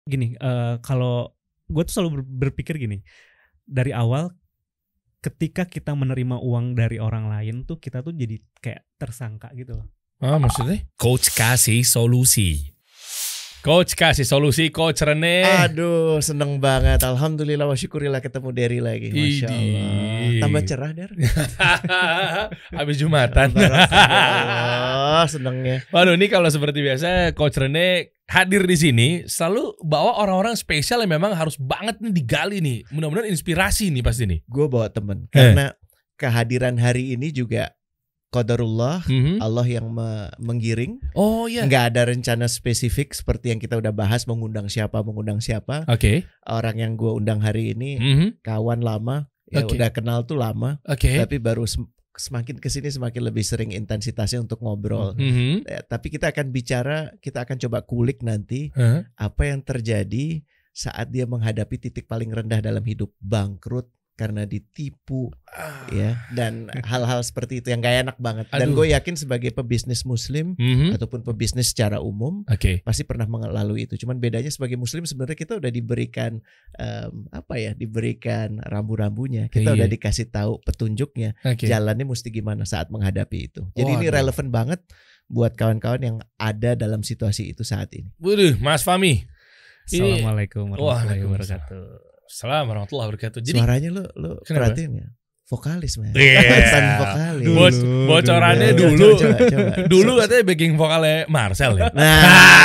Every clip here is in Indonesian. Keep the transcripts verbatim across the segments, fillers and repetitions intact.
Gini, uh, kalau gue tuh selalu berpikir gini, dari awal ketika kita menerima uang dari orang lain tuh kita tuh jadi kayak tersangka gitu loh. Ah, maksudnya? Coach kasih solusi. Coach kasih solusi, Coach Rene. Aduh, seneng banget. Alhamdulillah wa syukurillah ketemu Derry lagi. Masya Allah. Tambah cerah, Der. Habis Jumatan. Allah, senengnya. Waduh, ini kalau seperti biasa Coach Rene hadir di sini selalu bawa orang-orang spesial yang memang harus banget nih digali nih. Mudah-mudahan inspirasi nih pasti nih. Gue bawa temen karena eh. kehadiran hari ini juga qadarullah, mm-hmm. Allah yang me- menggiring. Oh iya. Nggak ada rencana spesifik seperti yang kita udah bahas, mengundang siapa, mengundang siapa. Oke. Okay. Orang yang gue undang hari ini mm-hmm. kawan lama, ya okay. udah kenal tuh lama. Oke. Okay. Tapi baru sem- semakin kesini semakin lebih sering intensitasnya untuk ngobrol. Mm-hmm. Ya, tapi kita akan bicara, kita akan coba kulik nanti huh? apa yang terjadi saat dia menghadapi titik paling rendah dalam hidup, bangkrut karena ditipu, ah. ya, dan hal-hal seperti itu yang gak enak banget. Aduh. Dan gue yakin sebagai pebisnis Muslim mm-hmm. ataupun pebisnis secara umum, okay. pasti pernah melalui itu. Cuman bedanya sebagai Muslim sebenarnya kita udah diberikan um, apa ya, diberikan rambu-rambunya. Kita yeah. udah dikasih tahu petunjuknya, okay. jalannya mesti gimana saat menghadapi itu. Jadi oh, ini aduh. relevan banget buat kawan-kawan yang ada dalam situasi itu saat ini. Waduh, Mas Fahmi. Assalamualaikum warahmatullahi wabarakatuh. Assalamualaikum warahmatullahi wabarakatuh. Jadi suaranya lo lo perhatiin ya, vokalis man. Yeah. vokalis. Bo- bocorannya dulu. Dulu, coba, coba, coba. dulu katanya backing vokalnya Marcel ya. Nah.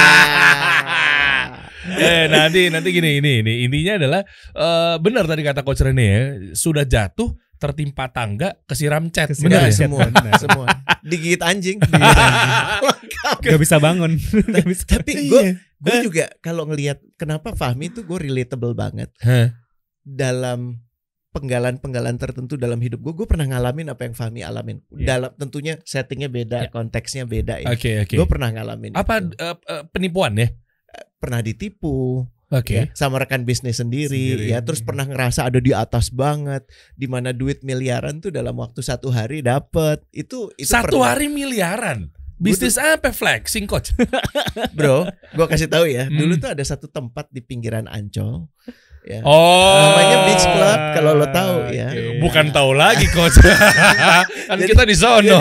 eh nanti nanti gini ini ini intinya adalah uh, benar tadi kata Coach Rene ya, sudah jatuh tertimpa tangga kesiram cat. Benar ya? Semua, semua. Digigit anjing. Digigit anjing. Gak bisa bangun. Gak bisa. Tapi gue gue juga kalau ngelihat kenapa Fahmi tuh gue relatable banget huh? dalam penggalan-penggalan tertentu dalam hidup gue. Gue pernah ngalamin apa yang Fahmi alamin. Yeah. Dalam tentunya settingnya beda, yeah. konteksnya beda ya. Okay, okay. Gue pernah ngalamin. Apa uh, uh, penipuan ya? Pernah ditipu. Oke. Okay. Ya, sama rekan bisnis sendiri, sendiri ya, terus pernah ngerasa ada di atas banget, di mana duit miliaran tuh dalam waktu satu hari dapet. Itu itu satu pernah. hari miliaran. Bisnis tuh, apa flexing Coach? Bro, gue kasih tahu ya, hmm. dulu tuh ada satu tempat di pinggiran Ancol. Ya. Oh, namanya Beach Club kalau lo tahu ya. Okay. Bukan tahu lagi Coach. Kan jadi, kita di sono.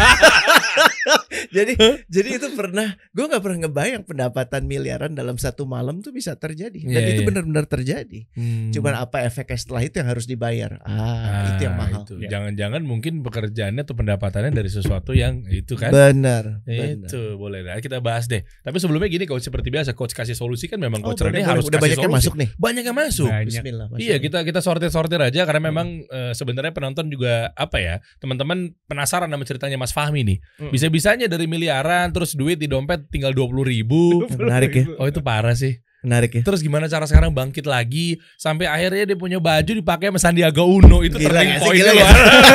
Jadi jadi itu pernah, gue nggak pernah ngebayang pendapatan miliaran dalam satu malam tuh bisa terjadi. Dan yeah, itu yeah. benar-benar terjadi. Hmm. Cuman apa efeknya setelah itu yang harus dibayar? Ah, ah itu yang mahal. Itu. Jangan-jangan mungkin pekerjaannya atau pendapatannya dari sesuatu yang itu kan? Benar. Itu benar. Boleh lah kita bahas deh. Tapi sebelumnya gini Coach, seperti biasa Coach kasih solusi kan memang oh, Coach Rene harus udah kasih banyak yang masuk nih. Banyak yang masuk. Banyak. Bismillah. Iya kita kita sortir-sortir aja karena memang hmm. uh, sebenarnya penonton juga apa ya, teman-teman penasaran sama ceritanya Mas Fahmi nih. Hmm. Bisa-bisanya dari miliaran terus duit di dompet tinggal dua puluh ribu. Menarik ya. Oh itu parah sih. Menarik ya. Terus gimana cara sekarang bangkit lagi sampai akhirnya dia punya baju dipakai sama Sandiaga Uno. Itu gila turning sih, point-nya gila luar.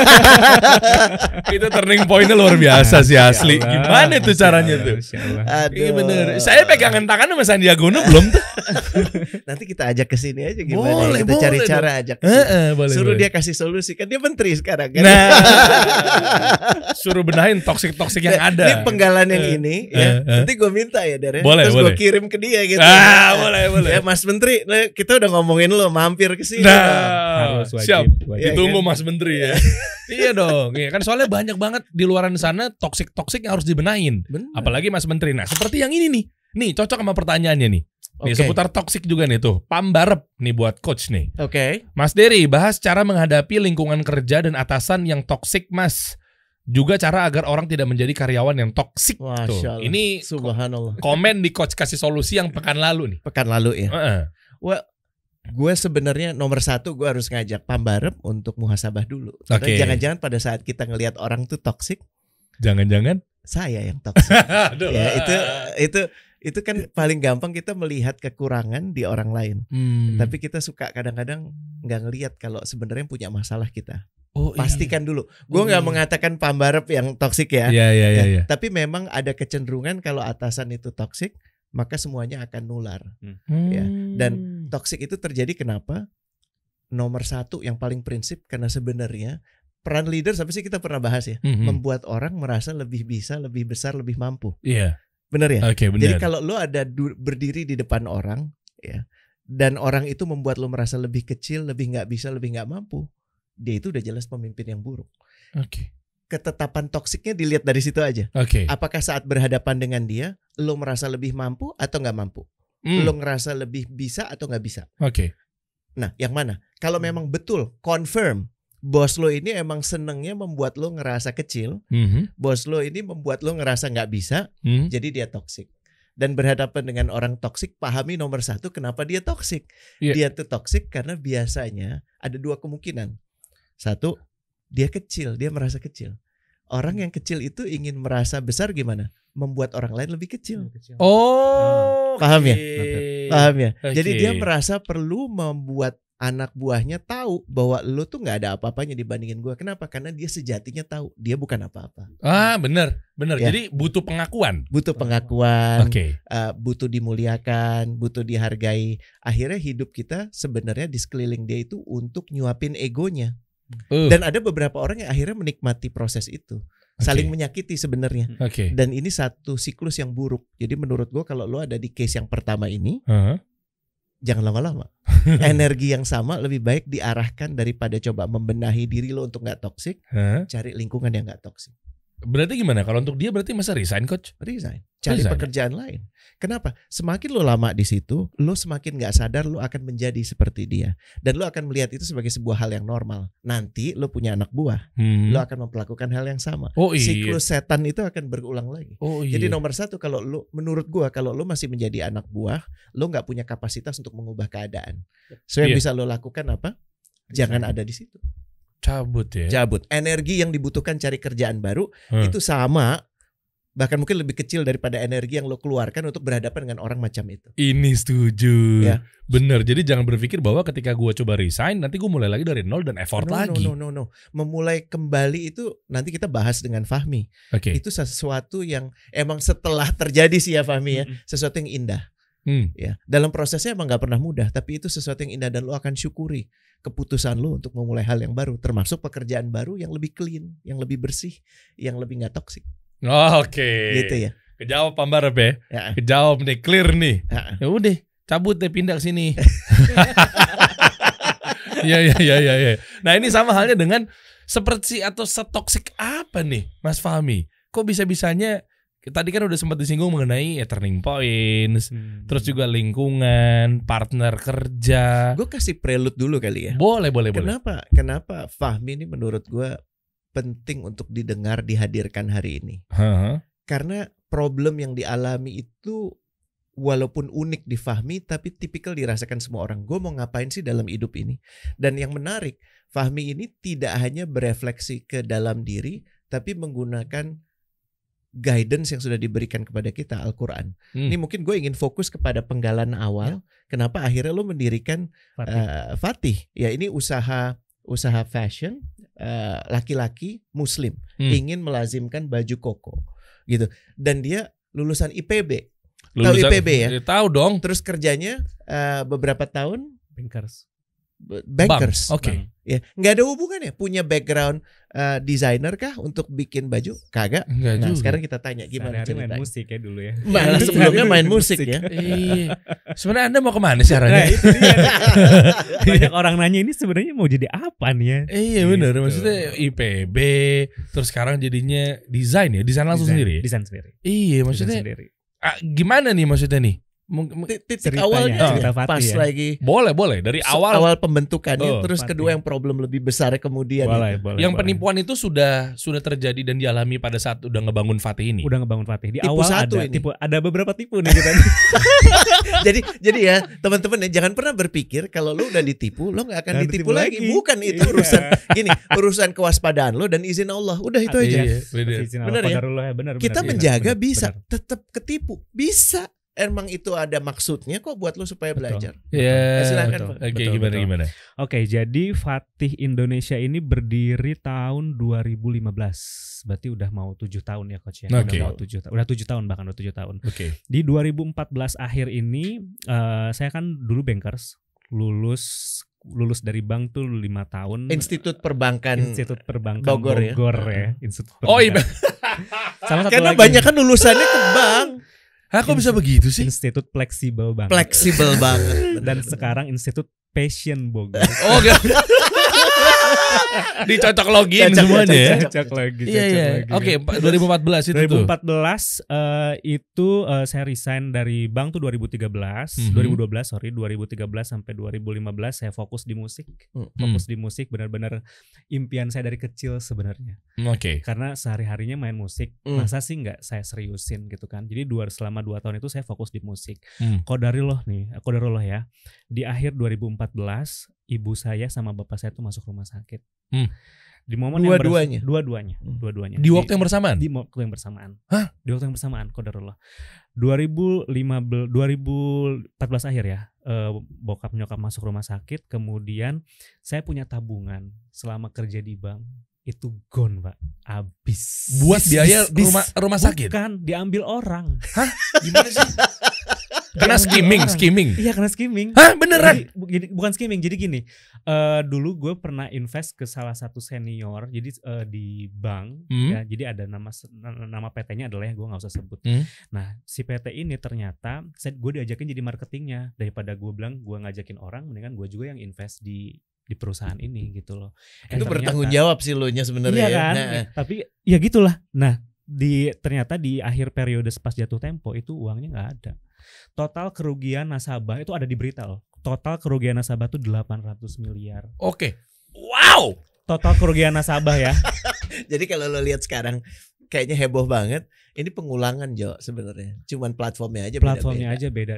Itu turning point-nya luar biasa sih asli. Gimana tuh caranya tuh? Iya bener. Saya pegangan tangan sama Sandiaga Uno belum tuh. Nanti kita ajak ke sini aja gimana? Boleh, kita boleh, cari boleh. cara ajak. E -e, boleh, Suruh boleh. dia kasih solusi kan dia menteri sekarang kan. Nah. Suruh benahin toksik-toksik yang nah, ada. Ini penggalan yang ini e, ya. E. Nanti gue minta ya Dere. Boleh, terus boleh. gue kirim ke dia gitu. Ah, boleh, boleh. Ya Mas Menteri, kita udah ngomongin lo mampir ke sini. Nah, harus wajib, siap. wajib. Ditunggu Ya, kan? Mas Menteri ya. Iya dong. Iya kan soalnya banyak banget di luaran sana toksik-toksik yang harus dibenahin. Bener. Apalagi Mas Menteri. Nah, seperti yang ini nih. Nih, cocok sama pertanyaannya nih. Nih, Okay. seputar toksik juga nih tuh. Pambarep nih buat coach nih. Oke. Okay. Mas Derry, bahas cara menghadapi lingkungan kerja dan atasan yang toksik, Mas. Juga cara agar orang tidak menjadi karyawan yang toksik tuh. Ini subhanallah. Komen di coach kasih solusi yang pekan lalu nih. Pekan lalu ya. Uh-uh. Well, gue sebenarnya nomor satu gue harus ngajak Pambarep untuk muhasabah dulu. Karena Okay. jangan-jangan pada saat kita ngelihat orang tuh toksik, jangan-jangan saya yang toksik. Aduh. Ya itu itu itu kan paling gampang kita melihat kekurangan di orang lain. Hmm. Tapi kita suka kadang-kadang nggak ngelihat kalau sebenarnya punya masalah kita. Oh, pastikan dulu. Gue nggak iya. mengatakan Pambarep yang toksik ya. Iya, iya, iya, ya. iya. Tapi memang ada kecenderungan kalau atasan itu toksik, maka semuanya akan nular. Hmm. Ya. Dan toksik itu terjadi kenapa? Nomor satu yang paling prinsip karena sebenarnya peran leader sampai sih kita pernah bahas ya, mm-hmm. membuat orang merasa lebih bisa, lebih besar, lebih mampu. Iya. Bener ya? Oke, okay, benar. Jadi kalau lo ada du- berdiri di depan orang, ya, dan orang itu membuat lo merasa lebih kecil, lebih nggak bisa, lebih nggak mampu, dia itu udah jelas pemimpin yang buruk. Oke. Okay. Ketetapan toksiknya dilihat dari situ aja. Oke. Okay. Apakah saat berhadapan dengan dia, lo merasa lebih mampu atau nggak mampu? Mm. Lo ngerasa lebih bisa atau nggak bisa? Oke. Okay. Nah, yang mana? Kalau memang betul confirm bos lo ini emang senengnya membuat lo ngerasa kecil, mm-hmm. bos lo ini membuat lo ngerasa nggak bisa, mm-hmm. jadi dia toksik. Dan berhadapan dengan orang toksik, pahami nomor satu kenapa dia toksik. Yeah. Dia tuh toksik karena biasanya ada dua kemungkinan. Satu, dia kecil, dia merasa kecil. Orang yang kecil itu ingin merasa besar gimana? Membuat orang lain lebih kecil. Oh, paham ya? okay. Paham ya? Okay. Jadi dia merasa perlu membuat anak buahnya tahu bahwa lo tuh nggak ada apa-apanya dibandingin gue. Kenapa? Karena dia sejatinya tahu dia bukan apa-apa. Ah, benar, benar. Ya. Jadi butuh pengakuan. Butuh pengakuan. Okay. Uh, butuh dimuliakan, butuh dihargai. Akhirnya hidup kita sebenarnya di sekeliling dia itu untuk nyuapin egonya. Uh. Dan ada beberapa orang yang akhirnya menikmati proses itu. Saling okay. menyakiti sebenarnya. Okay. Dan ini satu siklus yang buruk. Jadi menurut gue kalau lo ada di case yang pertama ini, uh-huh. jangan lama-lama. Energi yang sama lebih baik diarahkan daripada coba membenahi diri lo untuk gak toksik. Huh? Cari lingkungan yang gak toksik. Berarti gimana? Kalau untuk dia berarti masa resign, coach? Resign. Cari resign. pekerjaan lain. Kenapa? Semakin lo lama di situ, lo semakin gak sadar lo akan menjadi seperti dia. Dan lo akan melihat itu sebagai sebuah hal yang normal. Nanti lo punya anak buah, hmm. lo akan memperlakukan hal yang sama. Oh, iya. Siklus setan itu akan berulang lagi. Oh, iya. Jadi nomor satu, kalau lo, menurut gua, kalau lo masih menjadi anak buah, lo gak punya kapasitas untuk mengubah keadaan. So yang yeah. bisa lo lakukan apa? Jangan ada di situ. Cabut ya. Cabut. Energi yang dibutuhkan cari kerjaan baru hmm. itu sama, bahkan mungkin lebih kecil daripada energi yang lo keluarkan untuk berhadapan dengan orang macam itu. Ini setuju. Ya. Bener. Jadi jangan berpikir bahwa ketika gue coba resign nanti gue mulai lagi dari nol dan effort no, lagi. No no no no. Memulai kembali itu nanti kita bahas dengan Fahmi. Okay. Itu sesuatu yang emang setelah terjadi sih ya Fahmi ya, hmm. sesuatu yang indah. Hmm. Ya, dalam prosesnya emang gak pernah mudah, tapi itu sesuatu yang indah dan lo akan syukuri keputusan lo untuk memulai hal yang baru, termasuk pekerjaan baru yang lebih clean, yang lebih bersih, yang lebih gak toksik. Oh, Oke. Okay. Gitu ya. Kejawab Pambarep ya. ya. Kejawab nih, clear nih. Ya, ya udah, cabut deh pindah ke sini. Iya iya iya iya ya. Nah, ini sama halnya dengan seperti atau setoksik apa nih, Mas Fahmi? Kok bisa-bisanya tadi kan udah sempat disinggung mengenai ya turning points, hmm. terus juga lingkungan, partner kerja. Gue kasih prelude dulu kali ya. Boleh, boleh, Kenapa? boleh. Kenapa Fahmi ini menurut gue penting untuk didengar, dihadirkan hari ini? Uh-huh. Karena problem yang dialami itu walaupun unik di Fahmi, tapi tipikal dirasakan semua orang. Gue mau ngapain sih dalam hidup ini? Dan yang menarik, Fahmi ini tidak hanya berefleksi ke dalam diri, tapi menggunakan guidance yang sudah diberikan kepada kita, Al-Quran. Hmm. Ini mungkin gue ingin fokus kepada penggalan awal. Ya. Kenapa akhirnya lo mendirikan Fatih? Uh, Fatih. Ya, ini usaha usaha fashion uh, laki-laki Muslim hmm. ingin melazimkan baju koko, gitu. Dan dia lulusan I P B. Tahu I P B ya? Tahu dong. Terus kerjanya uh, beberapa tahun bankers. Bankers. Oke. Okay. Ya, nggak ada hubungannya. Punya background uh, desainer kah untuk bikin baju? Kagak. Enggak nah, juga. sekarang kita tanya gimana ceritanya. Main musik ya dulu ya. Malah sebelumnya main musik ya. Iya. Sebenarnya Anda mau kemana sih arahnya? Nah, itu dia. Banyak orang nanya ini sebenarnya mau jadi apa nih ya? Iya benar. Gitu. Maksudnya I P B, terus sekarang jadinya desain ya, desain langsung design, sendiri. Desain sendiri. Iya, maksudnya. Ah, gimana nih maksudnya nih? Titik awalnya cerita pas ya. lagi boleh boleh dari awal awal pembentukannya, oh, terus Fatih. Kedua yang problem lebih besar kemudian boleh, itu. boleh, yang boleh. penipuan itu sudah sudah terjadi dan dialami pada saat udah ngebangun Fatih ini. Udah ngebangun Fatih di tipu awal satu ada ini. tipu, ada beberapa tipu nih kita. jadi jadi ya teman-teman ya jangan pernah berpikir kalau lo udah ditipu lo nggak akan Dan ditipu, ditipu lagi. lagi. Bukan itu urusan gini urusan kewaspadaan lo dan izin Allah udah itu aja. Iya, bener. Bener ya? Bener, Kita bener, menjaga bener, bisa bener. tetap ketipu bisa. Emang itu ada maksudnya kok buat lo supaya Betul. belajar. Ya, Ya, silakan, betul. Pak. Oke, Betul, gimana betul. gimana? Oke, jadi Fatih Indonesia ini berdiri tahun dua ribu lima belas. Berarti udah mau tujuh tahun ya coach ya. Oke. Udah mau tujuh tahun. Udah tujuh tahun bahkan udah tujuh tahun. Oke. Di dua ribu empat belas akhir ini uh, saya kan dulu bankers, lulus lulus dari bank tuh lima tahun. Institut Perbankan Institut Perbankan Bogor, Bogor ya. ya. Institut Oh iya. Perbankan. Sama satu Karena lagi. banyak kan lulusannya ke bank. Hah, kok bisa begitu sih? Institut fleksibel banget. Fleksibel banget. Dan sekarang Institut Passion Bogor. Oh, enggak. Dicocok login Cocok, semuanya ya. Cocok lagi. Iya iya. Oke, dua ribu empat belas itu dua ribu tuh. empat belas uh, itu uh, saya resign dari bank tuh dua ribu tiga belas, Mhm. dua ribu dua belas sorry, dua ribu tiga belas sampai dua ribu lima belas saya fokus di musik. Hmm. Fokus di musik benar-benar impian saya dari kecil sebenarnya. Oke. Karena sehari-harinya main musik, Hmm. masa sih nggak saya seriusin gitu kan. Jadi dua selama dua tahun itu saya fokus di musik. Hmm. Qadarullah nih, qadarullah ya. Di akhir dua ribu empat belas ibu saya sama bapak saya tuh masuk rumah sakit. Hmm. Di momen Dua-duanya? yang beres- dua-duanya, Hmm. dua-duanya. Di waktu yang bersamaan. di waktu yang bersamaan. Hah? Di waktu yang bersamaan, qadarullah. dua ribu lima belas dua ribu empat belas akhir ya. eh, bokap nyokap masuk rumah sakit, kemudian saya punya tabungan selama kerja di bank. Itu gone, Pak. Habis. Buat Bis, biaya bis, bis. rumah rumah sakit. Bukan, diambil orang. Gimana sih? Kena Diambil skimming, orang. skimming. Iya, kena skimming. Hah, beneran? Jadi, bu- jadi- bukan skimming, jadi gini. eh, dulu gue pernah invest ke salah satu senior, jadi eh, di bank, Hmm. ya. Jadi ada nama se- na- nama P T-nya adalah ya, gue nggak usah sebut. Hmm. Nah, si P T ini ternyata saya gue diajakin jadi marketingnya, daripada gue bilang gue ngajakin orang, mendingan gue juga yang invest di di perusahaan ini gitu loh. Eh, Itu ternyata- bertanggung jawab sih lo nya sebenarnya. Iya ya. kan, Nah, tapi ya gitulah. Nah, di ternyata di akhir periode pas jatuh tempo itu uangnya nggak ada. Total kerugian nasabah itu ada di berita loh. Total kerugian nasabah itu delapan ratus miliar. Oke. Wow. Total kerugian nasabah ya. Jadi kalau lo lihat sekarang kayaknya heboh banget. Ini pengulangan Jo sebenarnya. Cuman platformnya aja Platformnya beda-beda. aja beda.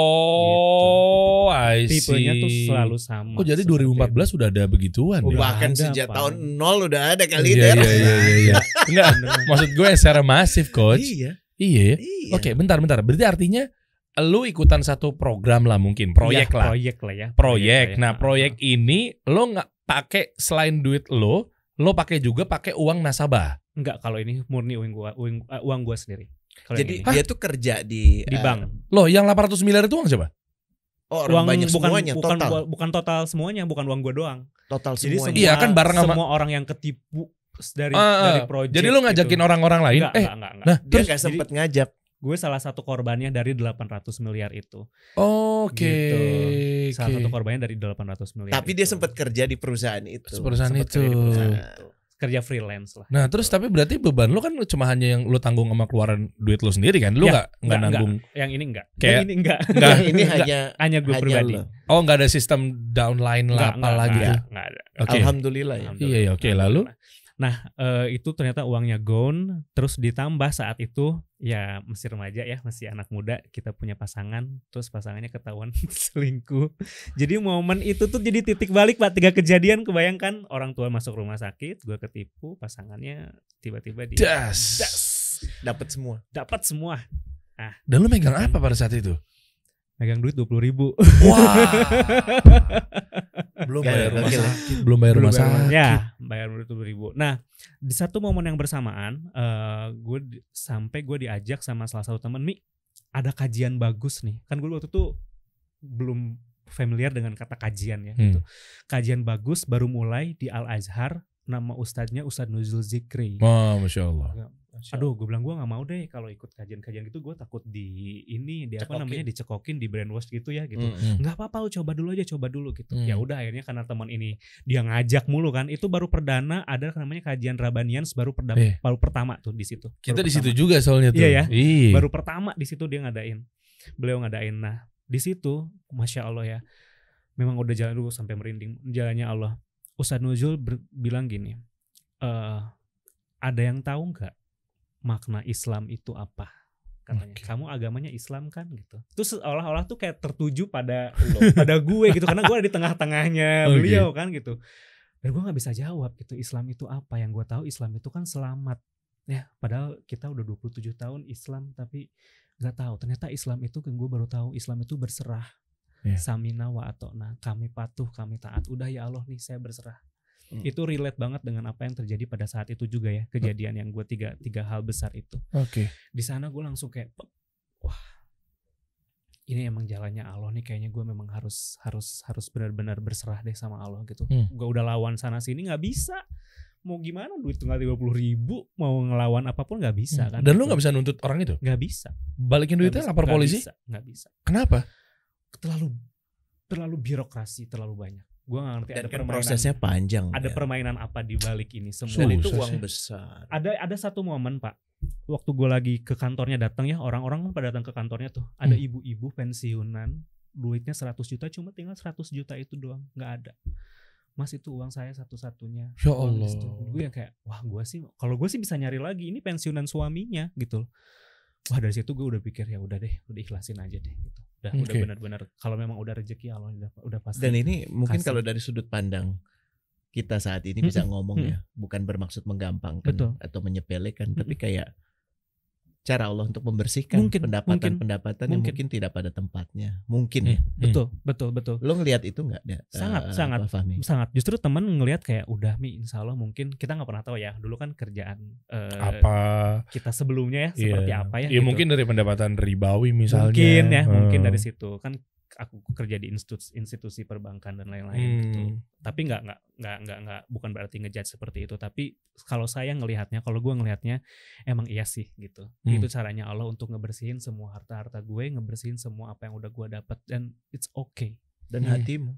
Oh, I see. Tipenya tuh selalu sama. Oh, jadi dua ribu empat belas sudah ada begituan Oh, ya? bahkan ada, sejak Pak. tahun nol udah ada kali Iya, ini. iya, iya, iya, iya. Enggak, maksud gue secara masif, coach. Iya. Iya ya. Iya. Oke, bentar, bentar. Berarti artinya lu ikutan satu program lah mungkin, proyek Ya, lah. Proyek lah ya. Proyek. lah ya. Nah, Ah, proyek ini lo nggak pakai selain duit lo, lo pakai juga pakai uang nasabah. Enggak, kalau ini murni uang gua, uang, uh, uang gua sendiri. Kalau Jadi yang ini. dia tuh kerja di di eh, bank. Loh, yang delapan ratus miliar itu uang siapa? Oh, orang Uang banyak bukan semuanya bukan total. gua- bukan total semuanya, bukan uang gua doang. Total Jadi semuanya. semua, Iya, kan bareng sama- semua orang yang ketipu dari Ah, ah. dari project. Jadi lo ngajakin gitu. orang-orang lain? Enggak, eh, enggak, enggak, enggak. nah, Dia terus nggak sempet ngajak. Gue salah satu korbannya dari delapan ratus miliar itu. oke. Gitu. Salah oke. satu korbannya dari delapan ratus miliar. Tapi itu. dia sempat kerja di perusahaan itu. Perusahaan Sempet itu. kerja di perusahaan Nah. itu. Kerja freelance lah. Nah, terus tapi berarti beban lo kan cuma hanya yang lo tanggung sama keluaran duit lo sendiri kan? Lo Ya, nggak nggak enggak, nanggung? Yang ini enggak. Kayak- yang ini enggak. Enggak. Yang ini Enggak. hanya Hanya gue hanya pribadi. lo. Oh, nggak ada sistem downline Enggak, lah enggak, apalah enggak, gitu. enggak ada. Oke. Alhamdulillah ya. Alhamdulillah. Iya, iya, oke. Lalu? Nah, eh, itu ternyata uangnya gone, terus ditambah saat itu ya masih remaja ya, masih anak muda, kita punya pasangan, terus pasangannya ketahuan selingkuh. Jadi momen itu tuh jadi titik balik Pak, tiga kejadian, kebayangkan orang tua masuk rumah sakit, gue ketipu, pasangannya tiba-tiba di Das. das, Dapat semua. dapat semua. Dan lo megang apa pada saat itu? Megang duit dua puluh ribu. Wah. belum Gak, bayar rumah gokil ya. sakit, belum bayar rumah sakit. Ya, bayar duit dua puluh ribu. Nah, di satu momen yang bersamaan, eh gue di- sampai gue diajak sama salah satu temen, Mi, ada kajian bagus nih. Kan gue waktu itu belum familiar dengan kata kajian ya. Gitu. Kajian bagus baru mulai di Al Azhar. Nama ustadznya Ustadz Nuzul Zikri. Wah, masya Allah. Aduh, gue bilang gue nggak mau deh kalau ikut kajian-kajian gitu. Gue takut di ini, di apa Cekokin. namanya dicekokin, di brainwash gitu ya gitu. Mm. Nggak apa-apa, lu coba dulu aja, coba dulu gitu. Hmm. Ya udah, akhirnya karena teman ini dia ngajak mulu kan. Itu baru perdana ada namanya kajian Rabanians, baru perda- Eh. baru pertama tuh di situ. Kita Baru di situ pertama. juga soalnya tuh. Iya ya. Iya. Baru pertama di situ dia ngadain. Beliau ngadain. Nah, di situ Masya Allah ya. Memang udah jalan dulu sampai merinding jalannya Allah. Ustadz Nuzul ber- bilang gini. eh ada yang tahu nggak makna Islam itu apa? Katanya. Oke. Kamu agamanya Islam kan gitu. Terus seolah-olah tuh kayak tertuju pada pada gue gitu, karena gue ada di tengah-tengahnya Oke. beliau kan gitu. Dan gue nggak bisa jawab gitu, Islam itu apa? Yang gue tahu Islam itu kan selamat. Ya, padahal kita udah dua puluh tujuh tahun Islam tapi nggak tahu. Ternyata Islam itu kan gue baru tahu Islam itu berserah. Ya. Samina wa atona, kami patuh, kami taat. Udah ya Allah nih, saya berserah. Hmm. Itu relate banget dengan apa yang terjadi pada saat itu juga ya, kejadian yang gue tiga tiga hal besar itu. Oke. Di sana gue langsung kayak, wah, ini emang jalannya Allah nih, kayaknya gue memang harus harus harus benar-benar berserah deh sama Allah gitu. Hmm. Gue udah lawan sana sini nggak bisa, mau gimana, duit tinggal tiga puluh ribu, mau ngelawan apapun nggak bisa kan. Dan lu nggak bisa nuntut orang itu? Nggak bisa. Balikin duitnya, lapor polisi? Bisa, nggak bisa. Kenapa? Terlalu terlalu birokrasi, terlalu banyak. Gue nggak ngerti. Dan ada kan permainan, prosesnya panjang. ada ya. permainan apa di balik ini semua. Dan itu Susah uang sih. besar. Ada ada satu momen Pak, waktu gue lagi ke kantornya datang ya, orang-orang kan pada datang ke kantornya tuh, ada Hmm. ibu-ibu pensiunan, duitnya seratus juta, cuma tinggal seratus juta itu doang, nggak ada. Mas itu uang saya satu-satunya. Ya Uang Allah. itu. Gue yang kayak, wah gue sih, kalau gue sih bisa nyari lagi, ini pensiunan suaminya gitu. Wah dari situ gue udah pikir ya udah deh, udah ikhlasin aja deh gitu. Udah Oke. udah benar-benar kalau memang udah rezeki Allah udah udah pasti. Dan ini mungkin kasih. kalau dari sudut pandang kita saat ini bisa Mm-mm, ngomong ya, bukan bermaksud menggampangkan Betul. atau menyepelekan, Mm-mm. tapi kayak cara Allah untuk membersihkan Mungkin, pendapatan-pendapatan yang mungkin. mungkin tidak pada tempatnya. Mungkin ya. Hmm. betul, betul, betul. Lo ngelihat itu nggak? Da- Sangat, eh, sangat. Pak Fahmi? Sangat. Justru teman ngelihat kayak udah Mi, insya Allah mungkin kita nggak pernah tahu ya. Dulu kan kerjaan eh, Apa? kita sebelumnya ya seperti Iya. apa ya? Ya gitu. mungkin dari pendapatan ribawi misalnya. Mungkin ya, mungkin Hmm. dari situ kan aku kerja di institusi, institusi perbankan dan lain-lain gitu. Hmm. Tapi nggak nggak nggak nggak nggak bukan berarti ngejudge seperti itu. Tapi kalau saya ngelihatnya, kalau gue ngelihatnya emang iya sih gitu. Hmm. Itu caranya Allah untuk ngebersihin semua harta-harta gue, ngebersihin semua apa yang udah gue dapat, dan it's okay. Dan Hmm. hatimu.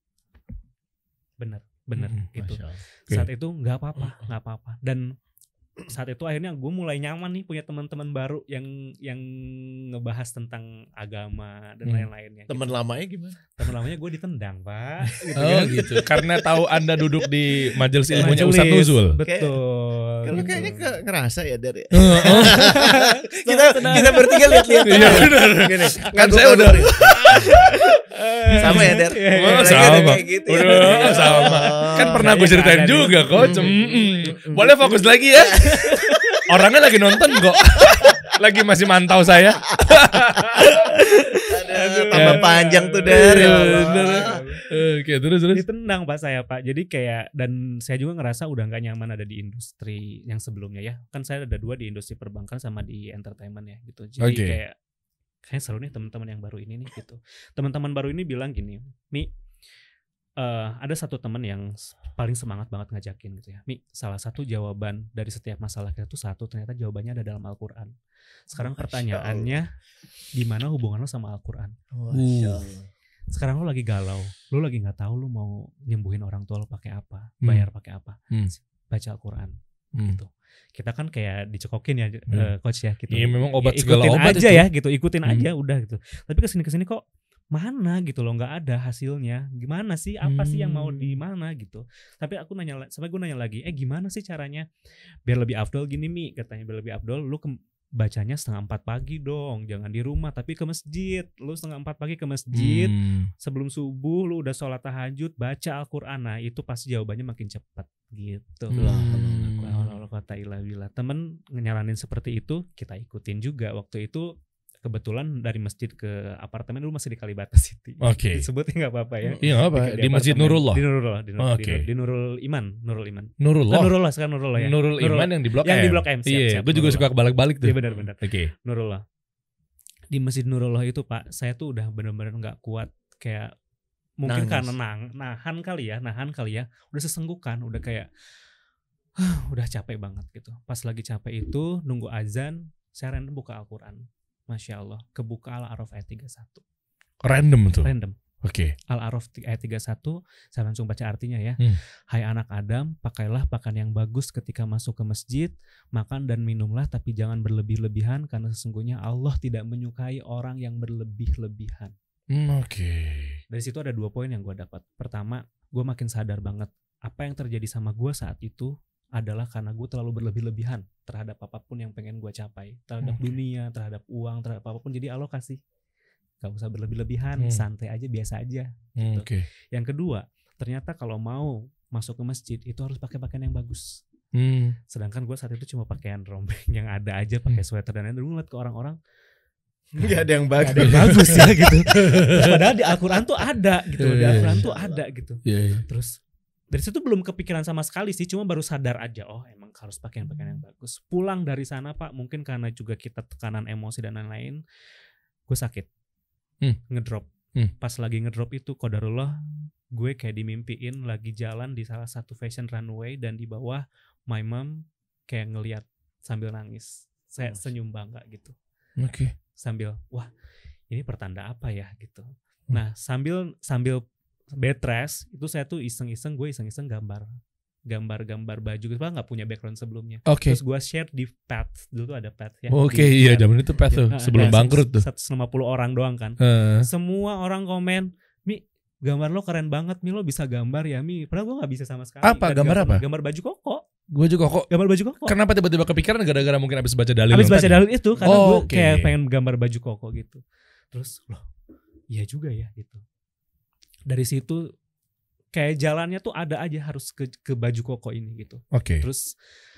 Bener, bener Hmm, gitu. Masya Allah. Oke. Saat itu nggak apa-apa, nggak apa-apa. Dan saat itu akhirnya gue mulai nyaman nih punya teman-teman baru yang yang ngebahas tentang agama dan Hmm. lain-lainnya. Teman gitu. lamanya gimana? Teman lamanya gue ditendang Pak. Gitu Oh kan. gitu. Karena tahu Anda duduk di majelis ilmunya Majelis, Ustadz Nuzul. Betul. Kalau gitu. kayaknya ke, ngerasa ya dari Oh, kita kita bertiga lihat-lihat. Iya, benar. Gini, Kan gua saya udah kabarin. sama ya Der. Iya, iya. Oh, Lagi sama. ada kayak gitu ya. Udah, sama. Kan pernah gue Saya ceritain nggak ada juga di- coach. Mm, Mm, mm, mm. mm, Boleh fokus lagi ya. Orangnya lagi nonton kok. Lagi masih mantau saya. Aduh, tambah panjang tuh Der. Ya Allah. Bener. Oke, terus terus. Ditendang Pak saya Pak. Jadi kayak, dan saya juga ngerasa udah nggak nyaman ada di industri yang sebelumnya ya. Kan saya ada dua di industri perbankan sama di entertainment ya gitu. Jadi Oke. kayak kayak seru nih teman-teman yang baru ini nih gitu. Teman-teman baru ini bilang gini, Mi, eh, ada satu teman yang s- paling semangat banget ngajakin gitu ya. Mi, salah satu jawaban dari setiap masalah kita tuh satu, ternyata jawabannya ada dalam Al-Quran. Sekarang Masya pertanyaannya, gimana hubungan lo sama Al-Quran? Masya Allah. Sekarang lo lagi galau, lo lagi nggak tahu lo mau nyembuhin orang tua lo pakai apa, Hmm. bayar pakai apa, Hmm. baca Al-Quran Hmm. gitu. Kita kan kayak dicekokin ya, Hmm. eh, coach ya gitu. Iya, memang obat Ya, segala ikutin obat aja itu. ya gitu, ikutin Hmm. aja udah gitu. Tapi kesini kesini kok mana gitu loh, nggak ada hasilnya. Gimana sih? Apa sih yang mau Hmm. di mana gitu? Tapi aku nanya, sampai gue nanya lagi, eh gimana sih caranya biar lebih afdol gini Mi? Katanya biar lebih afdol, lu ke, bacanya setengah empat pagi dong, jangan di rumah tapi ke masjid. Lu setengah empat pagi ke masjid, Hmm. sebelum subuh lu udah sholat tahajud, baca Al-Quran. Nah itu pasti jawabannya makin cepat gitu. Hmm. Walau kata ilah billah. Temen nyaranin seperti itu, kita ikutin juga. Waktu itu kebetulan dari masjid ke apartemen dulu masih di Kalibata City. Oke. Disebutnya nggak apa-apa ya. Iya, nggak apa. Di- Di Masjid apartemen. Nurullah. Di Nurullah. Di, Nur- Oke. di, di Nurul Iman. Nurul Iman. Nurullah. Kan Nurullah sekarang Nurullah ya. Nurul Iman yang di Blok Yang M. di Blok M, siap, Iya, siap, gue juga Nurullah. suka kebalik-balik tuh. Iya benar-benar. Oke. Nurullah. Di Masjid Nurullah itu Pak, saya tuh udah benar-benar nggak kuat, kayak mungkin Nangis. karena nang, nahan kali ya, nahan kali ya, udah sesenggukan, udah kayak huh, udah capek banget gitu. Pas lagi capek itu nunggu azan, saya random buka Al-Quran. Masya Allah, kebuka Al-A'raf ayat tiga puluh satu. Random tuh. Random. Oke. Al-A'raf ayat tiga puluh satu, saya langsung baca artinya ya. Hmm. Hai anak Adam, pakailah pakaian yang bagus ketika masuk ke masjid, makan dan minumlah tapi jangan berlebih-lebihan karena sesungguhnya Allah tidak menyukai orang yang berlebih-lebihan. Hmm, Oke. Dari situ ada dua poin yang gue dapat. Pertama, gue makin sadar banget apa yang terjadi sama gue saat itu adalah karena gue terlalu berlebih-lebihan terhadap apapun yang pengen gue capai, terhadap Oke. dunia, terhadap uang, terhadap apapun. Jadi Allah kasih, gak usah berlebih-lebihan, Hmm. santai aja, biasa aja. Hmm, Oke. Yang kedua, ternyata kalau mau masuk ke masjid itu harus pakai pakaian yang bagus. Hmm. Sedangkan gue saat itu cuma pakaian rombeng yang ada aja, pakai sweater dan lain-lain. Gue ngeliat ke orang-orang Nggak ada yang gak bagus. ada yang bagus ya gitu. Terus padahal di Al-Quran tuh ada gitu, di Al-Quran tuh ada gitu. Iya, iya. Terus dari situ belum kepikiran sama sekali sih, cuma baru sadar aja, oh emang harus pakaian-pakaian yang bagus. Pulang dari sana Pak, mungkin karena juga kita tekanan emosi dan lain-lain, gue sakit, Hmm. ngedrop. Hmm. Pas lagi ngedrop itu qadarullah, gue kayak dimimpiin lagi jalan di salah satu fashion runway dan di bawah my mom kayak ngelihat sambil nangis. Saya senyum bangga gitu. Oke. Okay. Sambil wah ini pertanda apa ya gitu. Nah sambil sambil bed rest itu saya tuh iseng-iseng gue iseng-iseng gambar gambar-gambar baju gitu, nggak punya background sebelumnya. Okay. Terus gue share di Path, dulu tuh ada Path ya. Oke okay, iya zaman itu Path tuh ya, sebelum bangkrut tuh. seratus lima puluh orang doang kan. Uh. Semua orang komen, Mi gambar lo keren banget, Mi lo bisa gambar ya Mi. Padahal gue nggak bisa sama sekali. Apa gambar, gambar apa? Gambar baju koko. Baju koko. Gambar baju koko. Kenapa tiba-tiba kepikiran gara-gara mungkin abis baca dalil? Abis baca dalil itu karena oh, gue okay. kayak pengen gambar baju koko gitu. Terus loh, iya juga ya gitu. Dari situ kayak jalannya tuh ada aja harus ke, ke baju koko ini gitu. Oke. Okay. Terus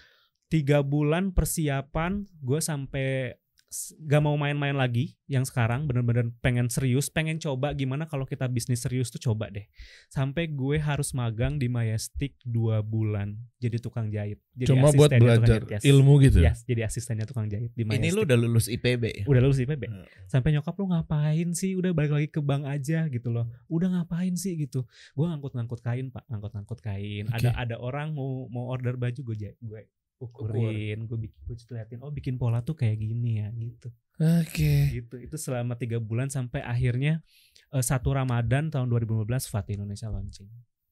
tiga bulan persiapan gue sampai gak mau main-main lagi. Yang sekarang bener-bener pengen serius, pengen coba gimana kalau kita bisnis serius tuh coba deh. Sampai gue harus magang di Majestic dua bulan jadi tukang jahit. Jadi cuma buat belajar jahit, yes. ilmu gitu. Yes, jadi asistennya tukang jahit di Majestic. Ini lu udah lulus I P B ya? Udah lulus I P B. Hmm. Sampai nyokap lu ngapain sih? Udah balik lagi ke bank aja gitu loh. Udah ngapain sih gitu. Gue ngangkut-ngangkut kain, Pak. Ngangkut-ngangkut kain. Okay. Ada ada orang mau mau order baju gue jahit, gue ukurin, gue bikin, gue liatin, oh bikin pola tuh kayak gini ya gitu. Oke. Okay. Gitu, itu selama tiga bulan sampai akhirnya uh, satu Ramadan tahun dua ribu lima belas Fatih Indonesia launching.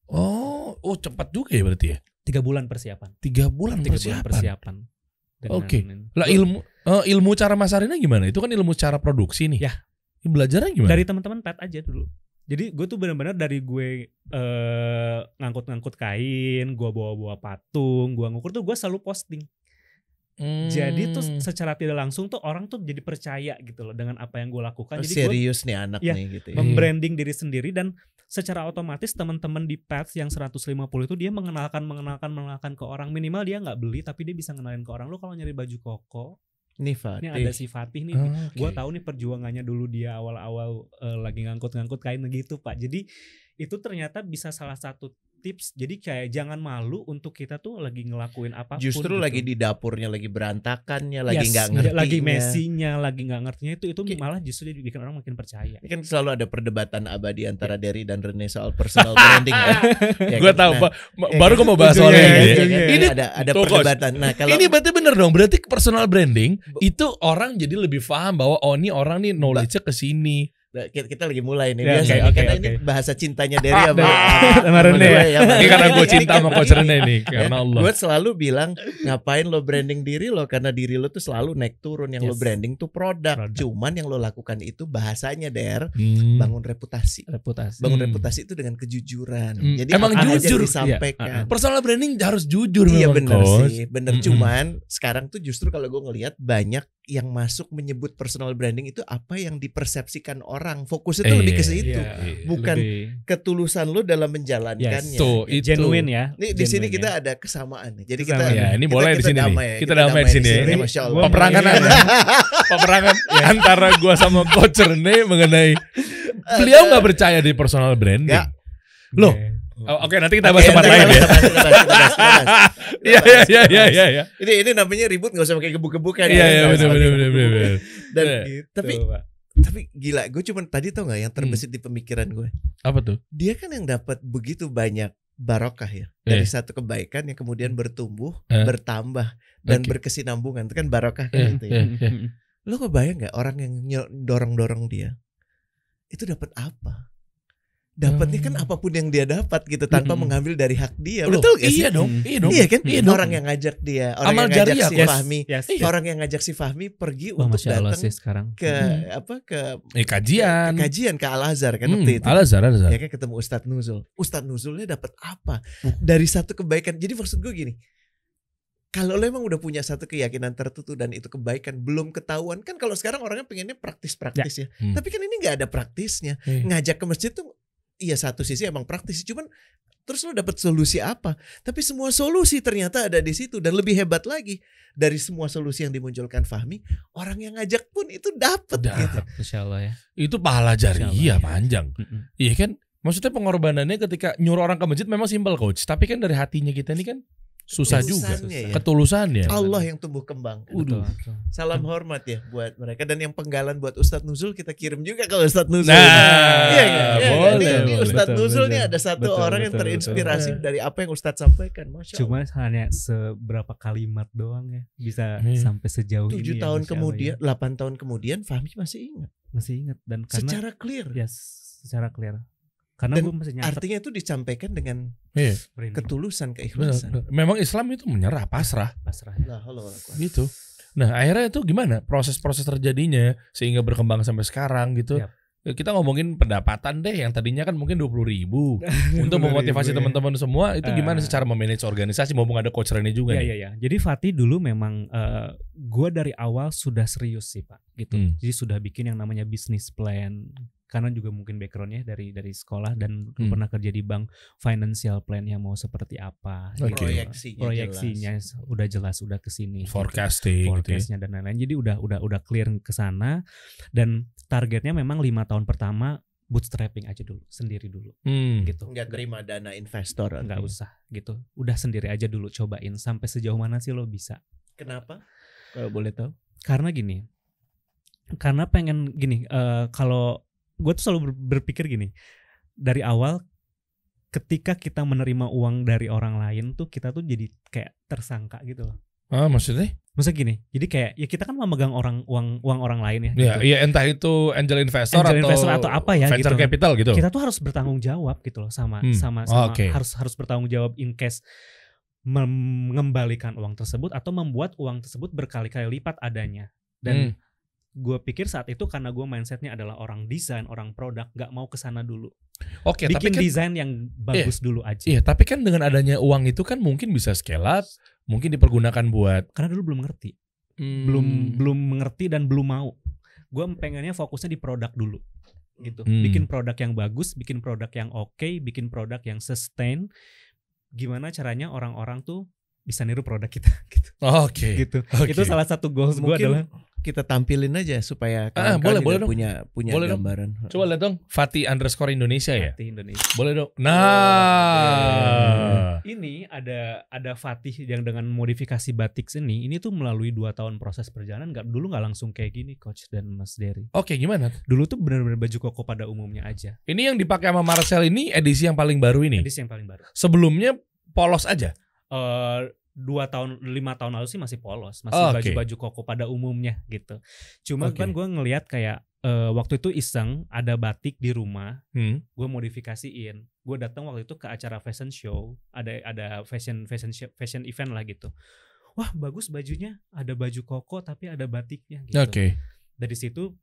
Oh, oh cepat juga ya berarti ya? Tiga bulan persiapan. Tiga bulan Tiga persiapan. bulan persiapan. Oke. Okay. Lah ilmu, uh, ilmu cara masarinnya gimana? Itu kan ilmu cara produksi nih. Ya. Belajarnya gimana? Dari teman-teman pet aja dulu. Jadi gue tuh benar-benar dari gue uh, ngangkut-ngangkut kain, gue bawa-bawa patung, gue ngukur tuh gue selalu posting. Hmm. Jadi tuh secara tidak langsung tuh orang tuh jadi percaya gitu loh dengan apa yang gue lakukan. Oh, jadi serius gua, nih anak ya, nih gitu ya. Membranding diri sendiri dan secara otomatis teman-teman di Path yang seratus lima puluh itu dia mengenalkan mengenalkan mengenalkan ke orang, minimal dia nggak beli tapi dia bisa ngenalin ke orang. Lo kalau nyari baju koko, nih Fatih. Ini ada si Fatih nih. Oh, okay. Gue tahu nih perjuangannya dulu dia awal-awal uh, lagi ngangkut-ngangkut kain gitu Pak. Jadi itu ternyata bisa salah satu tips. Jadi kayak jangan malu untuk kita tuh lagi ngelakuin apapun. Justru gitu. lagi di dapurnya, lagi berantakannya, lagi nggak yes, ngertinya, lagi messinya, lagi nggak ngertinya itu itu malah justru jadi bikin orang makin percaya. Ini kan selalu ada perdebatan abadi antara yeah. Derry dan Rene soal personal branding. ya, gue tahu, nah, baru gue mau bahas soal ya, ini. Ya, ya, ya, ini ada ada perdebatan. Nah, kalau ini berarti bener dong. Berarti personal branding itu orang jadi lebih paham bahwa oh ini orang nih knowledge-nya ke sini. Kita lagi mulai nih ya, biasa okay, nih, okay, karena okay. ini bahasa cintanya Derry sama sama Rene ya. Ini karena gue cinta sama Coach Rene nih karena Allah. Gue selalu bilang ngapain lo branding diri lo, karena diri lo tuh selalu naik turun. Yang yes. lo branding tuh produk. produk. Cuman yang lo lakukan itu bahasanya Der, hmm. bangun reputasi. Reputasi. Bangun hmm. reputasi itu dengan kejujuran. Hmm. Jadi emang jujur disampaikan. Iya. Personal branding harus jujur. Iya benar sih, benar. Hmm. Cuman sekarang tuh justru kalau gue ngelihat banyak yang masuk menyebut personal branding itu apa yang dipersepsikan orang. Fokusnya tuh eh, lebih ke situ, iya, bukan lebih. ketulusan lo dalam menjalankannya. Yes, tuh, itu. Genuine ya. Nih di sini kita ya. ada kesamaan nih. Jadi Kesamaan. kita ya, ini kita, boleh kita di sini damai nih. Ya. Kita, kita damai di sini. Ya. Masya Allah. Peperangan peperangan antara gua sama Coach Rene mengenai beliau nggak percaya di personal branding. Gak. Loh. Oh, Oke okay, nanti kita bahas tempat lain ya. Iya iya iya iya iya. Ini ini namanya ribut nggak usah pakai gebuk-gebukan. Iya iya benar benar benar benar. Dan gitu, tapi Pak. tapi gila, gue cuman tadi tau nggak yang terbesit hmm. di pemikiran gue. Apa tuh? Dia kan yang dapat begitu banyak barokah ya dari eh. satu kebaikan yang kemudian bertumbuh, eh. bertambah dan okay. berkesinambungan. Itu kan barokah kan eh. itu ya. Eh. Eh. Lo kebayang nggak orang yang dorong-dorong dia itu dapat apa? Dapatnya kan apapun yang dia dapat gitu tanpa mm-hmm. mengambil dari hak dia. Loh, betul gak sih? Iya dong. Iya dong. Iya kan? Iya dong. Orang yang ngajak dia, orang Amal yang ngajak jariah, si yes. Fahmi, yes. orang yang ngajak si Fahmi pergi oh, untuk datang sekarang. ke hmm. apa ke eh, kajian, ke kajian ke Al Azhar kan hmm. waktu itu. Al Azhar, Al Azhar. Ya kan ketemu Ustadz Nuzul. Ustadz Nuzulnya dapat apa dari satu kebaikan? Jadi maksud gue gini. Kalau lo emang udah punya satu keyakinan tertentu dan itu kebaikan belum ketahuan kan, kalau sekarang orangnya pengennya praktis-praktis ya. ya. Hmm. Tapi kan ini nggak ada praktisnya. Hmm. Ngajak ke masjid tuh iya satu sisi emang praktis, cuman terus lo dapet solusi apa? Tapi semua solusi ternyata ada di situ, dan lebih hebat lagi dari semua solusi yang dimunculkan Fahmi, orang yang ngajak pun itu dapet. Gitu. Insya Allah ya. Itu pahala jariah ya. Panjang. Mm-mm. Iya kan? Maksudnya pengorbanannya ketika nyuruh orang ke masjid memang simpel Coach, tapi kan dari hatinya kita ini kan susah juga. Ketulusannya ya. Ketulusannya. Allah yang tumbuh kembang. Udah. Salam hormat ya buat mereka, dan yang penggalan buat Ustadz Nuzul kita kirim juga ke Ustadz Nuzul. Nah, iya, iya, iya, boleh, ini, ini boleh. Ustadz Betul, Nuzul betul. nih ada satu Betul, orang yang betul, terinspirasi betul. dari apa yang Ustadz sampaikan. Masya Cuma Allah. hanya seberapa kalimat doang ya bisa Hmm. sampai sejauh ini. Tujuh ya, tahun Masya Allah kemudian, ya. delapan tahun kemudian, Fahmi masih ingat. Masih ingat dan karena Secara clear. ya secara clear. Karena Dan gue masih nyatet. Artinya itu disampaikan dengan Iya, Merinding. ketulusan, benar, keikhlasan. benar. Memang Islam itu menyerah, pasrah pasrah. Lah, halo, halo. gitu. Nah, akhirnya itu gimana proses-proses terjadinya sehingga berkembang sampai sekarang gitu. Yap. Kita ngomongin pendapatan deh, yang tadinya kan mungkin dua puluh ribu untuk memotivasi ya. teman-teman semua. Itu gimana Ah. secara memanage organisasi, mumpung ada coach Rene juga Iya nih. iya iya. Jadi Fatih dulu memang uh, gue dari awal sudah serius sih Pak, gitu. Hmm. Jadi sudah bikin yang namanya business plan. Karena juga mungkin backgroundnya dari dari sekolah dan Hmm. pernah kerja di bank, financial plan yang mau seperti apa. Oke. gitu. Proyeksinya Proyeksinya udah jelas, udah kesini. Forecasting gitu ya. Forecastnya dan lain-lain. Jadi udah udah udah clear ke sana, dan targetnya memang lima tahun pertama bootstrapping aja dulu, sendiri dulu, Hmm. gitu. Nggak terima dana investor. Nggak artinya. usah gitu. Udah sendiri aja dulu, cobain sampai sejauh mana sih lo bisa. Kenapa? Kalau boleh tahu. Karena gini, karena pengen gini, eh, kalau gue tuh selalu ber- berpikir gini, dari awal ketika kita menerima uang dari orang lain tuh kita tuh jadi kayak tersangka gitu loh. Ah, maksudnya? Maksudnya gini, jadi kayak ya kita kan memegang orang uang uang orang lain ya. Ya, gitu. iya entah itu angel investor Angel atau investor atau apa ya venture gitu. capital gitu. Kita tuh harus bertanggung jawab gitu loh sama Hmm. sama Oh, sama oke. harus harus bertanggung jawab in case mengembalikan uang tersebut atau membuat uang tersebut berkali-kali lipat adanya. Dan Hmm. gue pikir saat itu karena gue mindsetnya adalah orang desain, orang produk, nggak mau kesana dulu. Oke, tapi Bikin kan desain yang bagus dulu aja. iya, tapi kan dengan adanya uang itu kan mungkin bisa scale up, mungkin dipergunakan buat Karena dulu belum ngerti, hmm, belum belum mengerti dan belum mau. Gue pengennya fokusnya di produk dulu, gitu. Hmm. Bikin produk yang bagus, bikin produk yang oke, bikin produk yang sustain. Gimana caranya orang-orang tuh bisa niru produk kita, gitu. Oke. Gitu. Oke. Itu salah satu goals gue Mungkin adalah. kita tampilin aja supaya Ah, kawan-kawan boleh, juga boleh dong. punya punya Boleh dong. gambaran. Coba lihat dong, Fatih underscore Indonesia ya. Fatih Indonesia. Boleh dong. Oh, Nah, Ini ada ada Fatih yang dengan modifikasi batik ini, ini tuh melalui dua tahun proses perjalanan. Nggak dulu nggak langsung kayak gini, Coach dan Mas Dery. oke gimana? Dulu tuh benar-benar baju koko pada umumnya aja. Ini yang dipakai sama Marcel ini edisi yang paling baru ini. Edisi yang paling baru. Sebelumnya polos aja. Eh dua tahun lima tahun lalu sih masih polos, masih Oh, oke. baju-baju koko pada umumnya gitu. Cuma Oke. kan gue ngelihat kayak eh, waktu itu iseng ada batik di rumah, Hmm. gue modifikasiin. Gue datang waktu itu ke acara fashion show, ada ada fashion fashion show- fashion event lah gitu. Wah bagus bajunya, ada baju koko tapi ada batiknya gitu. Oke. Dari situ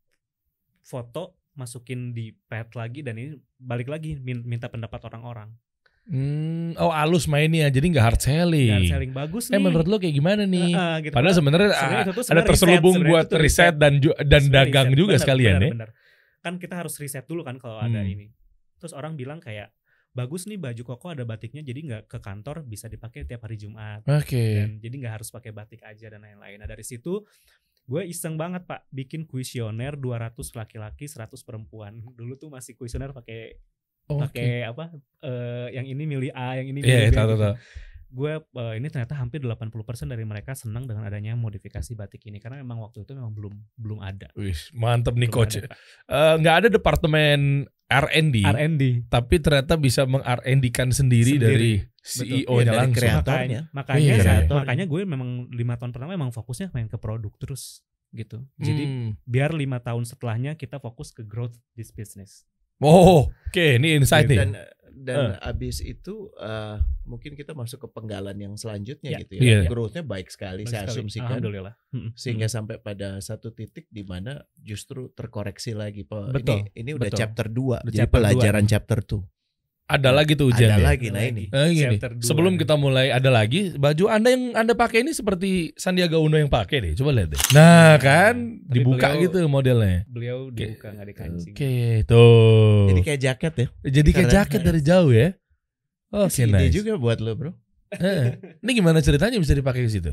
foto masukin di pad lagi dan ini balik lagi min- minta pendapat orang-orang. Hmm, oh halus mainnya, jadi nggak hard selling. Dan selling bagus Eh nih. menurut lo kayak gimana nih? Ah, ah, gitu. Padahal sebenarnya Sebenarnya ah, itu tuh ada sebenarnya terselubung riset, buat sebenarnya itu riset dan ju- dan Sebenarnya dagang riset. juga Bener, sekalian bener, ya. bener. Kan kita harus riset dulu kan kalau ada Hmm. ini. Terus orang bilang kayak bagus nih baju koko ada batiknya, jadi nggak ke kantor bisa dipakai tiap hari Jumat. Oke. Dan jadi nggak harus pakai batik aja dan lain-lain. Nah dari situ gue iseng banget Pak bikin kuesioner dua ratus laki-laki seratus perempuan. Dulu tuh masih kuesioner pakai Oke. pakai apa eh, yang ini milih A, yang ini Iya, milih B. tahu gitu. tahu. Gue eh, ini ternyata hampir delapan puluh persen dari mereka senang dengan adanya modifikasi batik ini karena memang waktu itu memang belum belum ada. Wih, mantep nih Belum coach. ada, Pak. Eh, Nggak ada departemen R and D, R and D. tapi ternyata bisa meng-R and D-kan sendiri, Sendiri. dari C E Iya, O-nya dari langsung. kreatornya. Makanya, makanya, Iya, saya- kreatornya. makanya gue memang lima tahun pertama memang fokusnya main ke produk terus gitu. Jadi Hmm. biar lima tahun setelahnya kita fokus ke growth this business. Oh, oke, ini insight nih. Dan dan abis itu eh, mungkin kita masuk ke penggalan yang selanjutnya Ya. gitu Iya. ya. Growth-nya baik sekali Bagus saya sekali. asumsikan. Alhamdulillah. Mm-mm. Sehingga sampai pada satu titik di mana justru terkoreksi lagi. Pak. Betul, Ini ini udah betul. chapter dua. Udah Jadi chapter dua pelajaran nih. chapter two. Ada lagi tuh Ada ujiannya. lagi nah ini. Eh, gini, Chapter dua sebelum nih. kita mulai ada lagi, baju Anda yang Anda pakai ini seperti Sandiaga Uno yang pakai deh. Coba lihat deh. Nah, kan Tapi dibuka beliau- gitu modelnya. Beliau dibuka nggak dikancing. Oke, tuh. Jadi kayak jaket ya. Jadi kayak Keren. jaket dari jauh ya. Oke, Kasih ide nice. juga buat lo bro. Eh, Ini gimana ceritanya bisa dipakai ke situ?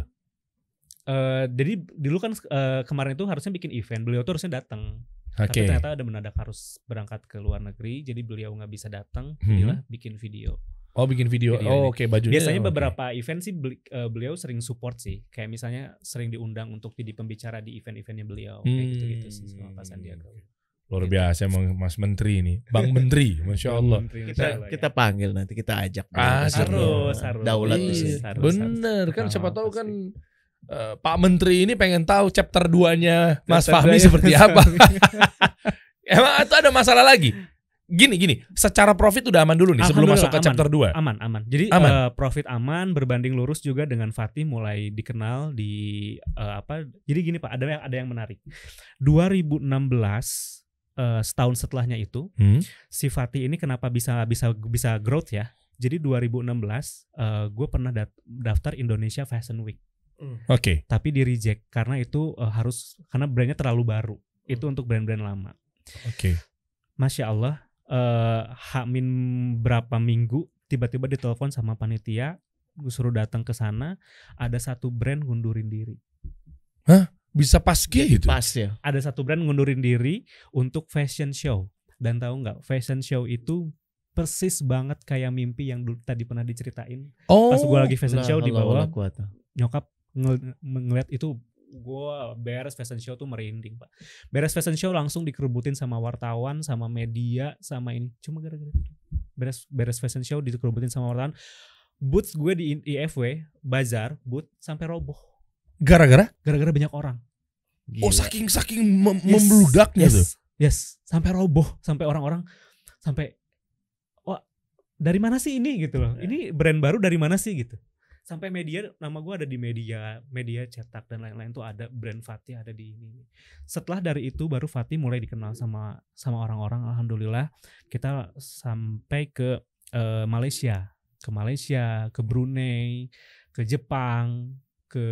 Eh, jadi dulu kan eh, kemarin itu harusnya bikin event, beliau tuh harusnya datang. Oke. Tapi ternyata ada mendadak harus berangkat ke luar negeri, jadi beliau nggak bisa datang. Hmm. Jadilah bikin video. Oh bikin video. Videonya. Oh oke okay, bajunya. Biasanya okay. beberapa event sih beli, uh, beliau sering support sih. Kayak misalnya sering diundang untuk jadi pembicara di event-eventnya beliau. Kayak Hmm. gitu-gitu sih sama Pak Sandiaga. Luar Gitu. biasa emang Mas Menteri ini, Bang Menteri, masya Allah. Menteri, Masya Kita Allah, ya. kita panggil nanti kita ajak. Ah, Ke sini. harus, harus. Daulat di Iya, sini. harus, bener harus. kan siapa Oh, tahu pasti. kan eh, Pak Menteri ini pengen tahu chapter dua-nya Mas Chapter Fahmi dua-nya seperti Mas apa. Fahmi. Emang itu ada masalah lagi? Gini gini, secara profit udah aman dulu nih sebelum masuk ke Alhamdulillah, chapter dua. Aman, aman. Jadi Aman. eh, profit aman, berbanding lurus juga dengan Fatih mulai dikenal di eh, apa? Jadi gini Pak, ada yang ada yang menarik. dua ribu enam belas eh, setahun setelahnya itu, Hmm? si Fatih ini kenapa bisa bisa bisa growth ya? Jadi dua ribu enam belas eh, gue pernah dat- daftar Indonesia Fashion Week, Oke. tapi di reject karena itu eh, harus karena brandnya terlalu baru. Itu untuk brand-brand lama. Oke. Masya Allah, eh, Hamin berapa minggu tiba-tiba ditelepon sama panitia, gue suruh datang ke sana, ada satu brand ngundurin diri. Bisa pas gitu. Pas ya. Ada satu brand ngundurin diri untuk fashion show. Dan tahu nggak, fashion show itu persis banget kayak mimpi yang dulu tadi pernah diceritain. Oh. Pas gue lagi fashion show di bawah, Kuat. nyokap ngel- ngeliat itu, gue beres fashion show tuh merinding Pak. Beres fashion show langsung dikerubutin sama wartawan, sama media, sama ini. Cuma gara-gara itu. Beres beres fashion show dikerubutin sama wartawan. Booth gue di I F W, bazar, booth sampai roboh. Gara-gara? Gara-gara banyak orang. Oh Gila. saking saking mem- Yes, membludaknya yes, tuh. Yes, sampai roboh, sampai orang-orang sampai wah, dari mana sih ini gitu loh. Ini brand baru dari mana sih gitu. Sampai media, nama gue ada di media, media cetak dan lain-lain tuh ada brand Fatih ada di ini. Setelah dari itu baru Fatih mulai dikenal sama sama orang-orang. Alhamdulillah kita sampai ke eh, Malaysia, ke Malaysia, ke Brunei, ke Jepang, ke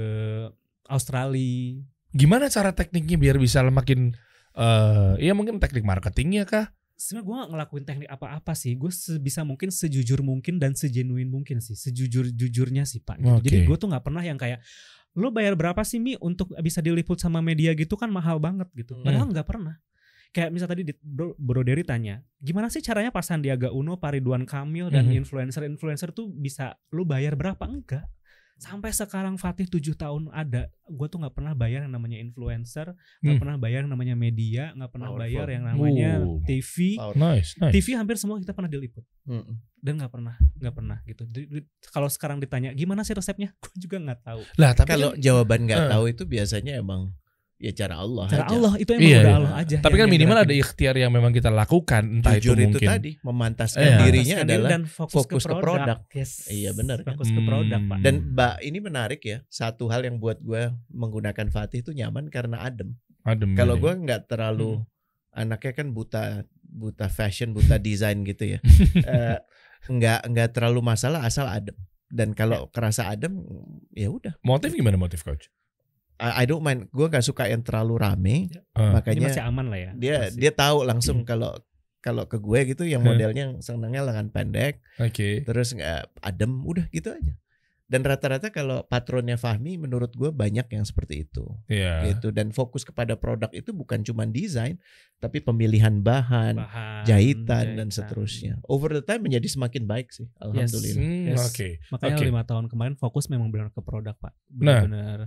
Australia. Gimana cara tekniknya biar bisa makin eh ya mungkin teknik marketingnya kah? Sebenarnya gue gak ngelakuin teknik apa-apa sih. Gue sebisa mungkin sejujur mungkin dan segenuine mungkin sih. Sejujur-jujurnya sih Pak gitu. Oke. Jadi gue tuh gak pernah yang kayak, lo bayar berapa sih Mi untuk bisa diliput sama media gitu kan mahal banget gitu. Padahal gak pernah. Kayak misal tadi di- Bro, Bro Dery tanya, gimana sih caranya Pak Sandiaga Uno, Pak Ridwan Kamil dan Mhm. influencer-influencer tuh bisa lo bayar berapa? Enggak. Sampai sekarang Fatih tujuh tahun ada, gue tuh nggak pernah bayar yang namanya influencer, nggak Hmm. pernah bayar yang namanya media, nggak pernah Powerful. bayar yang namanya Uh. T V. Nice, nice. T V hampir semua kita pernah diliput Mm-mm. dan nggak pernah, nggak pernah gitu. Di- di- Kalau sekarang ditanya gimana sih resepnya, gue juga nggak tahu. Lah tapi Kalau kan, jawaban nggak Eh. tahu itu biasanya emang ya cara Allah Cara aja. Allah itu emang Iya, udah iya. Allah aja. tapi yang- kan yang minimal ada gerakin. ikhtiar yang memang kita lakukan, entah Jujur itu itu, mungkin. tadi memantaskan Iya. dirinya Memantaskan diri adalah dan fokus, fokus ke ke produk. produk. Yes. Iya, benar kan? Fokus ke produk Pak. Hmm. dan Mbak ini menarik ya. Satu hal yang buat gue menggunakan Fatih itu nyaman karena adem. Adem Kalau ini. gue nggak terlalu anaknya kan buta buta fashion, buta desain gitu ya. Eh, nggak nggak terlalu masalah asal adem. Dan kalau kerasa adem ya udah. motif gimana motif coach? I, I don't mind. Gue nggak suka yang terlalu rame. Ah. Ini Makanya masih aman lah ya. dia Masih. dia tahu langsung kalau kalau ke gue gitu yang Hmm. modelnya yang senangnya lengan pendek, Oke. terus nggak adem, udah gitu aja. Dan rata-rata kalau patronnya Fahmi menurut gue banyak yang seperti itu. Iya. Gitu, dan fokus kepada produk itu bukan cuma desain tapi pemilihan bahan, Bahan, jahitan dan seterusnya. Over the time menjadi semakin baik sih, Yes. alhamdulillah. Hmm, Yes. Oke. Makanya Oke. lima tahun kemarin fokus memang benar ke produk Pak. Nah. Benar-benar.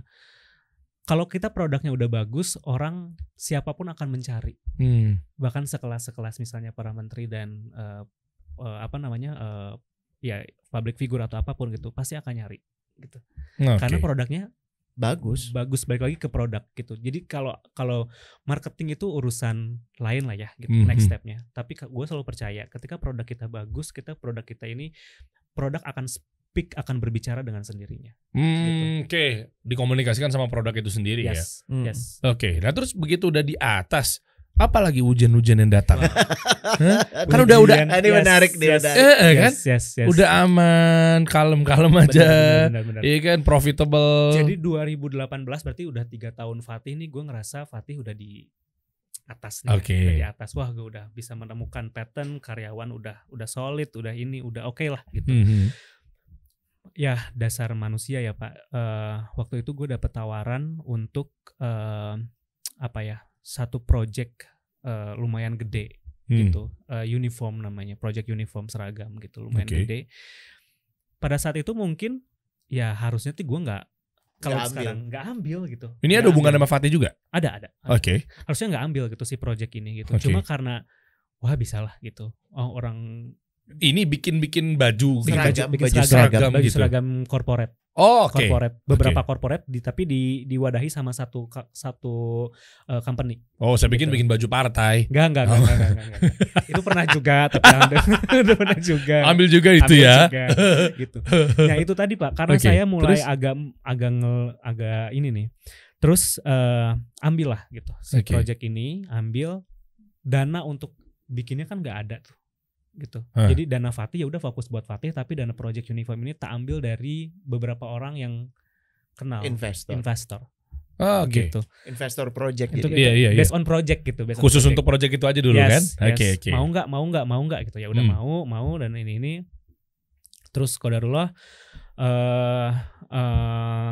Kalau kita produknya udah bagus, orang siapapun akan mencari. Hmm. Bahkan sekelas-sekelas misalnya para menteri dan eh, eh, apa namanya eh, ya public figure atau apapun gitu pasti akan nyari gitu. Oke. Karena produknya Bagus. bagus, balik lagi ke produk gitu. Jadi kalau kalau marketing itu urusan lain lah ya gitu, Mhm. next stepnya. Tapi gue selalu percaya ketika produk kita bagus, kita produk kita ini produk akan speak, akan berbicara dengan sendirinya. Hmm, Oke, dikomunikasikan sama produk itu sendiri ya. Yes, Hmm. yes. Oke, nah terus begitu udah di atas, apalagi hujan-hujan yang datang? Hah? Kan udah udah Ah, ini menarik nih, yes, menarik. Eh, eh, kan? yes, yes, yes. udah aman, kalem-kalem Benar, aja. benar, benar, benar. Iya kan, profitable. Jadi dua ribu delapan belas berarti udah tiga tahun Fatih nih, gue ngerasa Fatih udah di atas nih, Oke. udah di atas. Wah, gue udah bisa menemukan pattern, karyawan udah udah solid, udah ini, udah oke lah gitu. Mhm. Ya dasar manusia ya Pak. Eh, waktu itu gue dapet tawaran untuk eh, apa ya, satu project eh, lumayan gede Hmm. gitu, Eh, uniform namanya, project uniform seragam gitu, lumayan Oke. gede. pada saat itu mungkin ya harusnya tuh gue nggak kalau Nggak ambil. sekarang nggak ambil gitu. Ini Nggak ada hubungan ambil. sama Fatih juga? Ada ada. ada. Oke. Harusnya nggak ambil gitu si project ini gitu. Oke. Cuma karena wah bisa lah gitu. Oh, orang Ini bikin-bikin baju bikin Seragam, baju, bikin baju seragam, seragam baju gitu. seragam corporate, Oh, oke. corporate, beberapa corporate di tapi di diwadahi sama satu ka- satu uh, company. Oh, saya bikin Gitu. bikin baju partai. Enggak, enggak, enggak, enggak, enggak, enggak, enggak. Itu pernah juga tapi udah, udah pernah juga. Ambil juga itu Ambil ya. juga, gitu. Nah, itu tadi Pak, karena Oke, saya mulai terus? agak agak ngel- agak ini nih. Terus uh, ambil lah gitu. Si Oke. project ini ambil dana untuk bikinnya kan enggak ada tuh. Gitu. Hah. Jadi dana Fatih ya udah fokus buat Fatih, tapi dana project uniform ini tak ambil dari beberapa orang yang kenal Investor. investor. Oh, oke. Gitu. Investor project Itu, gitu. Iya, iya, iya. based on project gitu, based on Khusus project. untuk project itu aja dulu Yes, kan? yes. Oke, oke. Mau nggak, mau nggak, mau nggak gitu ya. Udah Hmm. mau, mau dan ini ini. Terus qadarullah eh eh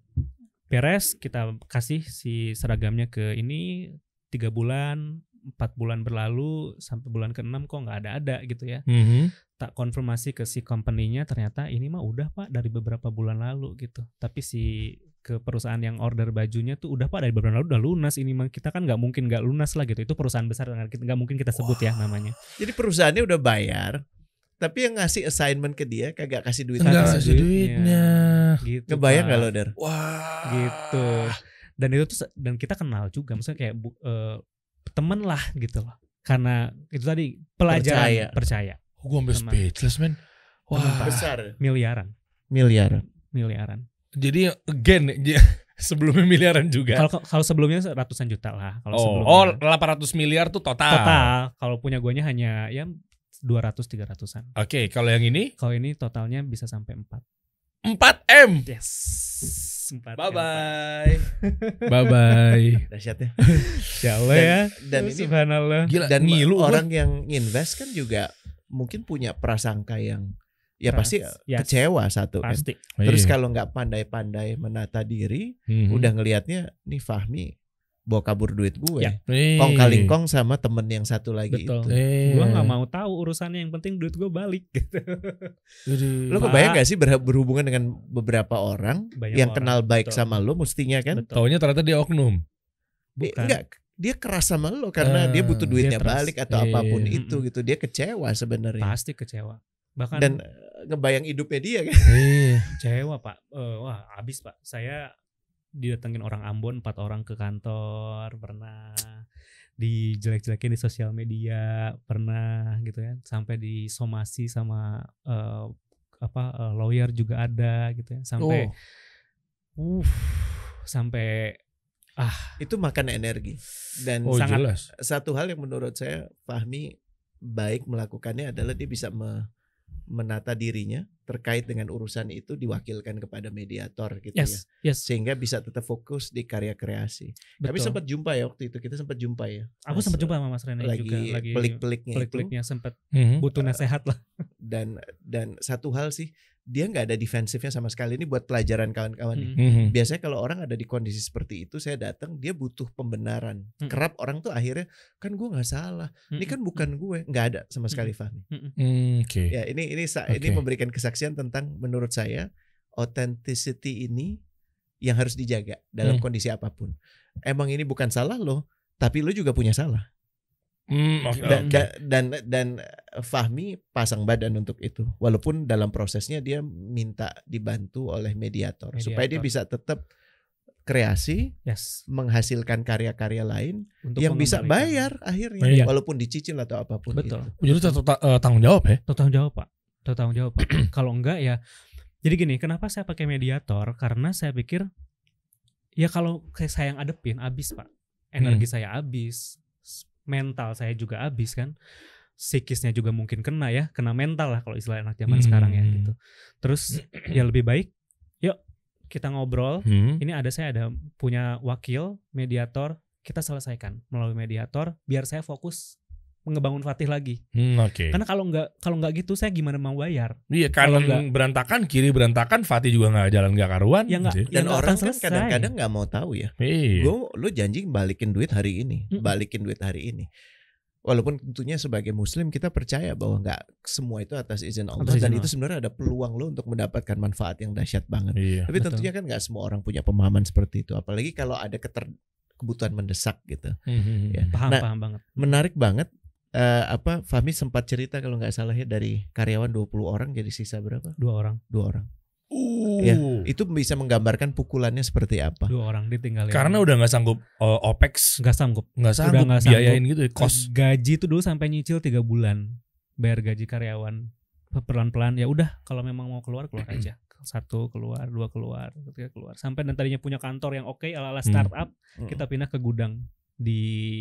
beres, kita kasih si seragamnya ke ini tiga bulan, empat bulan berlalu sampai bulan keenam kok nggak ada-ada gitu ya. Mhm. Tak konfirmasi ke si company-nya, ternyata ini mah udah Pak dari beberapa bulan lalu gitu. Tapi si ke perusahaan yang order bajunya tuh udah Pak dari beberapa bulan lalu udah lunas, ini mah kita kan nggak mungkin nggak lunas lah gitu. Itu perusahaan besar nggak mungkin kita sebut ya namanya. Jadi perusahaannya udah bayar, tapi yang ngasih assignment ke dia kagak kasih duit. Enggak kasih ngasih duitnya. Gitu. Ngebayang Pak. nggak lo Der? Wah. Gitu. Dan itu tuh dan kita kenal juga, maksudnya kayak bu, eh, temen lah gitu loh. Karena itu tadi pelajaran Percaya. percaya. Oh, gue sampai Teman. speechless men. Teman, Wah. Pak. Besar. Miliaran, Miliar. Ah. miliaran. Jadi again j- sebelumnya miliaran juga. Kalau kalau sebelumnya ratusan juta lah. Kalau Oh, sebelumnya. oh delapan ratus miliar tuh total. Total. Kalau punya guanya hanya ya dua ratus tiga ratusan. Oke, kalau yang ini Kalau ini totalnya bisa sampai empat. empat M. Yes. empat. Bye bye. Bye bye. Dahsyatnya. Ya Allah ya. Dan ini Subhanallah. Gila, dan ngilu gua. orang yang invest kan juga mungkin punya prasangka yang ya Pras- pasti yes. kecewa satu kan. Pasti. Terus Iya. kalau nggak pandai-pandai menata diri, Mhm. udah ngelihatnya nih Fahmi bawa kabur duit gue. Ya. Eh. Kong kali kong sama temen yang satu lagi Betul. itu. Eh. Gue nggak mau tahu urusannya, yang penting duit gue balik gitu. Aduh. Lo Pak. kebayang gak sih berha- berhubungan dengan beberapa orang Banyak yang orang, kenal baik betul. sama lo mestinya kan? Betul. Taunya ternyata dia oknum. Eh, Bukan. enggak, dia keras sama lo karena Ah, dia butuh duitnya dia keras. balik atau Iya. apapun Mm-mm. itu gitu. Dia kecewa sebenarnya. Pasti kecewa. Bahkan Dan eh, ngebayang hidupnya dia kan. Iya. kecewa Pak. Eh, wah abis Pak. Saya didatengin orang Ambon, empat orang ke kantor pernah, dijelek-jelekin di sosial media pernah gitu kan, sampai disomasi sama eh, apa eh, lawyer juga ada gitu ya, sampai Oh. uh sampai Itu makan energi. Dan Oh, sangat- jelas. satu hal yang menurut saya Fahmi baik melakukannya adalah dia bisa me- menata dirinya terkait dengan urusan itu, diwakilkan kepada mediator gitu ya. yes yes Sehingga bisa tetap fokus di karya kreasi. Kami betul. sempat jumpa ya waktu itu. Kita sempat jumpa ya. Aku Mas, sempat jumpa sama Mas Rene lagi juga lagi pelik-peliknya itu. pelik-peliknya, sempat Mhm. butuh nasihat lah. Dan dan satu hal sih, dia nggak ada defensifnya sama sekali. Ini buat pelajaran kawan-kawan nih. Mm. Mhm. Biasanya kalau orang ada di kondisi seperti itu, saya datang, dia butuh pembenaran. Mm. Kerap orang tuh akhirnya, kan gue nggak salah. Ini kan bukan gue. Nggak ada sama sekali Fahmi. Hmm, Oke. Ya ini ini sa- ini Oke. memberikan kesaksian tentang menurut saya authenticity ini yang harus dijaga dalam Hmm. kondisi apapun. Emang ini bukan salah lo, tapi lo juga punya salah. Hmm, oke, Dan, oke. da- dan dan Fahmi pasang badan untuk itu. Walaupun dalam prosesnya dia minta dibantu oleh mediator, supaya dia bisa Mediator. tetap kreasi, Yes. menghasilkan karya-karya lain Untuk yang bisa mengembalikan. bayar akhirnya, Iya. walaupun dicicil atau apapun Betul. itu. Jadi itu ta- eh, tanggung jawab ya? Itu tanggung jawab Pak. Itu tanggung jawab Pak. Kalau enggak ya, jadi gini, kenapa saya pakai mediator? Karena saya pikir ya kalau kayak saya yang adepin abis Pak, energi saya abis, mental saya juga abis kan, psikisnya juga mungkin kena ya, kena mental lah kalau istilah anak zaman Hmm. sekarang ya gitu. Terus ya lebih baik, yuk kita ngobrol. Hmm. Ini ada saya ada punya wakil mediator, kita selesaikan melalui mediator, biar saya fokus ngebangun Fatih lagi. Hmm, Oke. Karena kalau nggak kalau nggak gitu saya gimana mau bayar? Iya, kalau kanan berantakan, kiri berantakan, Fatih juga nggak jalan nggak karuan. Ya nggak- Gitu. Ya Dan nggak orang akan kan selesai. kadang-kadang nggak mau tahu ya. Iya. Gue lo janji balikin duit hari ini, Mm-mm. balikin duit hari ini. Walaupun tentunya sebagai Muslim kita percaya bahwa nggak semua itu atas izin Allah, Atas izin dan Allah. itu sebenarnya ada peluang lo untuk mendapatkan manfaat yang dahsyat banget. Iya. Tapi Betul. tentunya kan nggak semua orang punya pemahaman seperti itu, apalagi kalau ada keter kebutuhan mendesak gitu. Hmm. Ya. Paham, Nah, paham banget. menarik banget. eh, apa Fahmi sempat cerita kalau nggak salah ya, dari karyawan dua puluh orang jadi sisa berapa? Dua orang, Dua orang. Uh. Ya, itu bisa menggambarkan pukulannya seperti apa. dua orang ditinggalin. Karena udah nggak sanggup uh, OPEX, nggak sanggup. nggak sanggup nggak sanggup. biayain gitu ya, kos. Gaji tuh dulu sampai nyicil tiga bulan, bayar gaji karyawan pelan-pelan. Ya udah, kalau memang mau keluar keluar aja. Satu keluar, dua keluar, ketiga keluar. Sampai dan tadinya punya kantor yang oke ala-ala startup, Hmm. kita pindah ke gudang di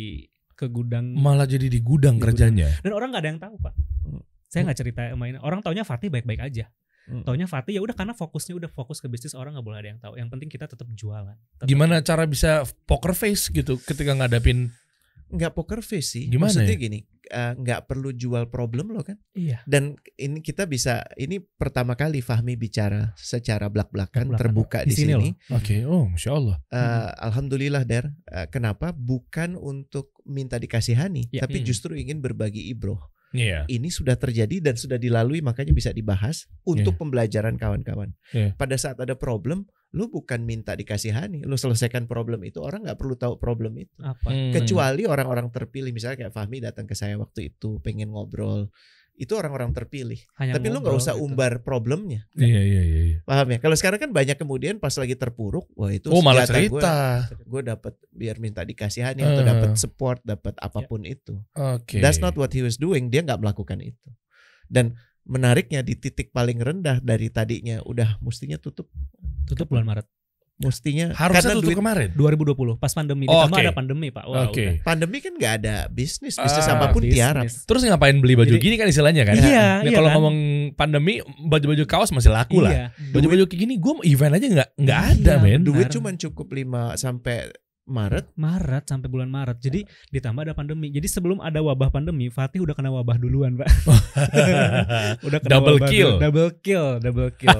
ke gudang. Malah jadi di gudang Di kerjanya. Dan orang nggak ada yang tahu, Pak. Hmm. Saya nggak cerita sama ini. Orang taunya Fatih baik-baik aja. Hmm. Taunya Fatih ya udah, karena fokusnya udah fokus ke bisnis, orang nggak boleh ada yang tahu. Yang penting kita tetap jualan. Tetap- Gimana cara bisa poker face gitu ketika ngadapin? Nggak poker face sih. Gimana Maksudnya ya? gini, eh, nggak perlu jual problem lo kan. Iya. Dan ini kita bisa, ini pertama kali Fahmi bicara secara belak-belakan, Belak-belakan. terbuka Di di, sini sini. Oke, oh masya Allah. Eh, Alhamdulillah Der. Eh, kenapa? Bukan untuk minta dikasihani, Ya. tapi Hmm. justru ingin berbagi ibroh. Iya. Ini sudah terjadi dan sudah dilalui, makanya bisa dibahas untuk pembelajaran kawan-kawan. Yeah. Pada saat ada problem, lu bukan minta dikasihani, lu selesaikan problem itu. Orang nggak perlu tahu problem itu. Apa? Hmm. Kecuali orang-orang terpilih, misalnya kayak Fahmi datang ke saya waktu itu pengen ngobrol, itu orang-orang terpilih. Hanya Tapi lu nggak ngobrol usah gitu. umbar problemnya, Iya iya iya. iya. paham ya? Kalau sekarang kan banyak kemudian pas lagi terpuruk, wah itu Oh malah senjata cerita. gue dapat biar minta dikasihani atau Eh. dapat support, dapat apapun itu. Oke. That's not what he was doing. Dia nggak melakukan itu. Dan menariknya di titik paling rendah dari tadinya udah mestinya tutup, Tutup bulan Maret mestinya Harusnya karena tutup duit kemarin. dua ribu dua puluh pas pandemi. Oh, Ditambah oke. ada pandemi, Pak. Wah, Oke. udah. pandemi kan nggak ada bisnis, bisnis Ah, apapun Bisnis. tiarap. Terus ngapain beli baju Jadi- gini kan istilahnya kan? Iya, Nah, iya kalau kan? ngomong pandemi, baju-baju kaos masih laku lah. Iya. Baju-baju kayak gini, gue event aja nggak nggak Iya, ada men. benar. Duit cuman cukup lima sampai Maret. Maret sampai bulan Maret. Jadi ditambah ada pandemi. Jadi sebelum ada wabah pandemi, Fatih udah kena wabah duluan, Pak. Udah kena Double wabah kill. dulu. Double kill, double kill.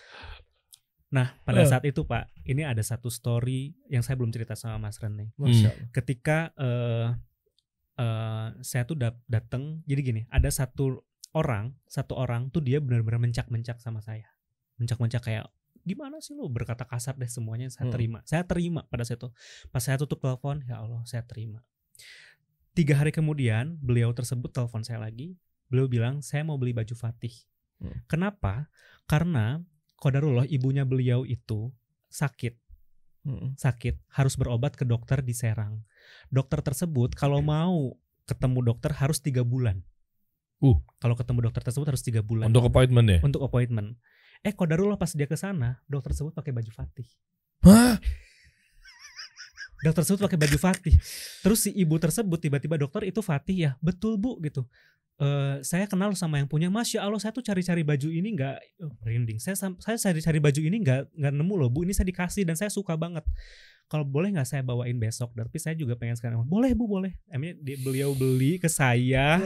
Nah, pada Eh. saat itu, Pak, ini ada satu story yang saya belum cerita sama Mas Ren nih. Masya Allah. Ketika eh eh, saya tuh dat- datang, jadi gini, ada satu orang, satu orang tuh dia benar-benar mencak-mencak sama saya. Mencak-mencak kayak, gimana sih lu berkata kasar deh semuanya. Saya Hmm. terima. Saya terima pada saat itu. Pas saya tutup telepon, ya Allah, saya terima. Tiga hari kemudian beliau tersebut telepon saya lagi. Beliau bilang saya mau beli baju Fatih. Hmm. Kenapa? Karena qadarullah ibunya beliau itu sakit, Mm-mm. sakit harus berobat ke dokter di Serang. Dokter tersebut kalau mau ketemu dokter harus tiga bulan. Uh. Kalau ketemu dokter tersebut harus tiga bulan Untuk appointment ya? untuk appointment. Eh qadarullah pas dia ke sana, dokter tersebut pakai baju Fatih. Hah? Dokter tersebut pakai baju Fatih. Terus si ibu tersebut tiba-tiba, dokter itu Fatih ya? Betul Bu gitu. Eh, saya kenal sama yang punya. Masya Allah, saya tuh cari-cari baju ini nggak, oh, merinding. Saya sam- saya cari-cari baju ini nggak nggak nemu loh Bu. Ini saya dikasih dan saya suka banget. Kalau boleh nggak saya bawain besok? Tapi saya juga pengen sekarang. Boleh Bu, boleh. Emangnya dia- beliau beli ke saya.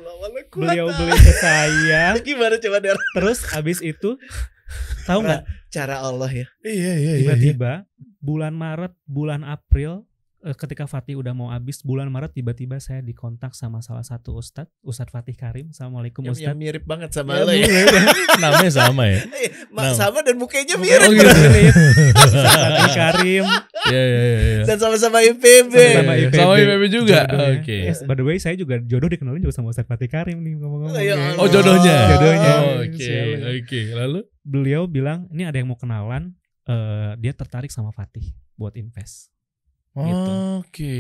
Beliau beli ke saya. Gimana coba Der? Terus abis itu tahu nggak? Cara Allah ya. Iya iya iya. Tiba-tiba bulan Maret, bulan April, eh, ketika Fatih udah mau habis, bulan Maret tiba-tiba saya dikontak sama salah satu ustadz, Ustadz Fatih Karim. Assalamualaikum Yang, yang Ustadz. mirip banget sama Ya, lo ya. Namanya sama ya. Eh, ma- Nama. sama dan mukanya Mukanya mirip. gitu. mirip. Ustadz Fatih Karim. Iya iya iya. Dan sama-sama I P B. Sama-sama I P B. Sama I P B juga. Jodohnya. Oke. Yes, by the way saya juga jodoh dikenalin juga sama Ustadz Fatih Karim nih ngomong-ngomong. Ya ya. Allah. Oh jodohnya. Jodohnya. Oh, Oke Sialan. oke. Lalu? Beliau bilang ini ada yang mau kenalan, eh, dia tertarik sama Fatih buat invest. Gitu. Oke.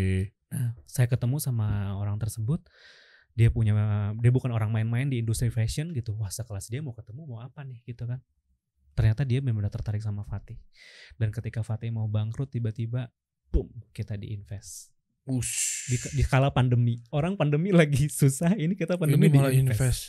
Nah, saya ketemu sama orang tersebut, dia punya, dia bukan orang main-main di industri fashion gitu. Wah, sekelas dia mau ketemu mau apa nih gitu kan. Ternyata dia benar-benar tertarik sama Fatih. Dan ketika Fatih mau bangkrut, tiba-tiba boom, kita diinvest. Ush. Di, di kala pandemi. Orang pandemi lagi susah, ini kita pandemi Ini malah diinvest. invest.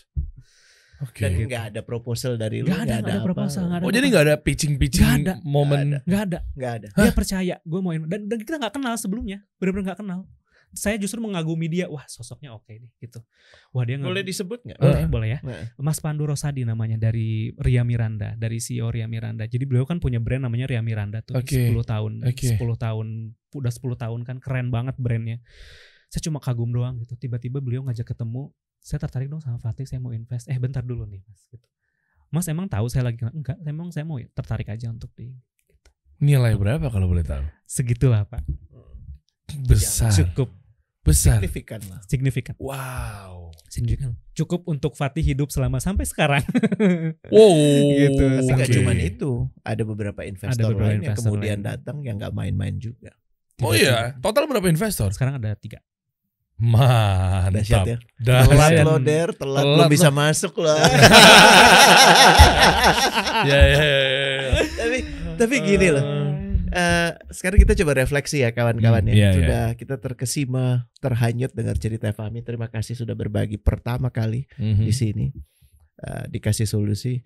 Oke. Dan Gitu. nggak ada proposal dari lu, Nggak ada, nggak ada apa. proposal, nggak ada. Oh jadi nggak ada pitching-pitching Nggak ada. momen. Nggak ada. Nggak ada. Dia percaya gue mau in- dan, dan kita nggak kenal sebelumnya, benar-benar nggak kenal. Saya justru mengagumi dia, wah sosoknya oke nih gitu. Wah dia nggak- Boleh disebut nggak? boleh, boleh ya. Nah. Mas Pandu Rosadi namanya, dari Ria Miranda, dari C E O Ria Miranda. Jadi beliau kan punya brand namanya Ria Miranda tuh. Oke. sepuluh tahun, Oke. sepuluh tahun, udah sepuluh tahun kan, keren banget brandnya. saya cuma kagum doang gitu. Tiba-tiba beliau ngajak ketemu, saya tertarik dong sama Fatih, saya mau invest. Eh bentar dulu nih mas gitu. Mas emang tahu saya lagi enggak? Emang saya mau tertarik aja untuk di gitu. Nilai berapa kalau boleh tahu? Segitulah Pak. Besar. Cukup besar. Signifikan lah. Signifikan. Wow. Signifikan. Cukup untuk Fatih hidup selama sampai sekarang. Wow. Gitu. Tapi Oke. gak cuma itu, ada beberapa investor Ada beberapa lain yang investor kemudian lain. datang yang gak main-main juga. Oh iya, total berapa investor? Sekarang ada tiga. Dahsyat Mantap. ya. Dahsyat. Telat lo Der, telat, Telat belum bisa lo. masuk loh. Ya ya ya. ya. tapi tapi gini loh. Eh, sekarang kita coba refleksi ya kawan-kawan ya. Hmm, iya, Sudah kita terkesima, terhanyut dengar cerita Fahmi. Terima kasih sudah berbagi pertama kali Mhm. di sini. Eh, dikasih solusi.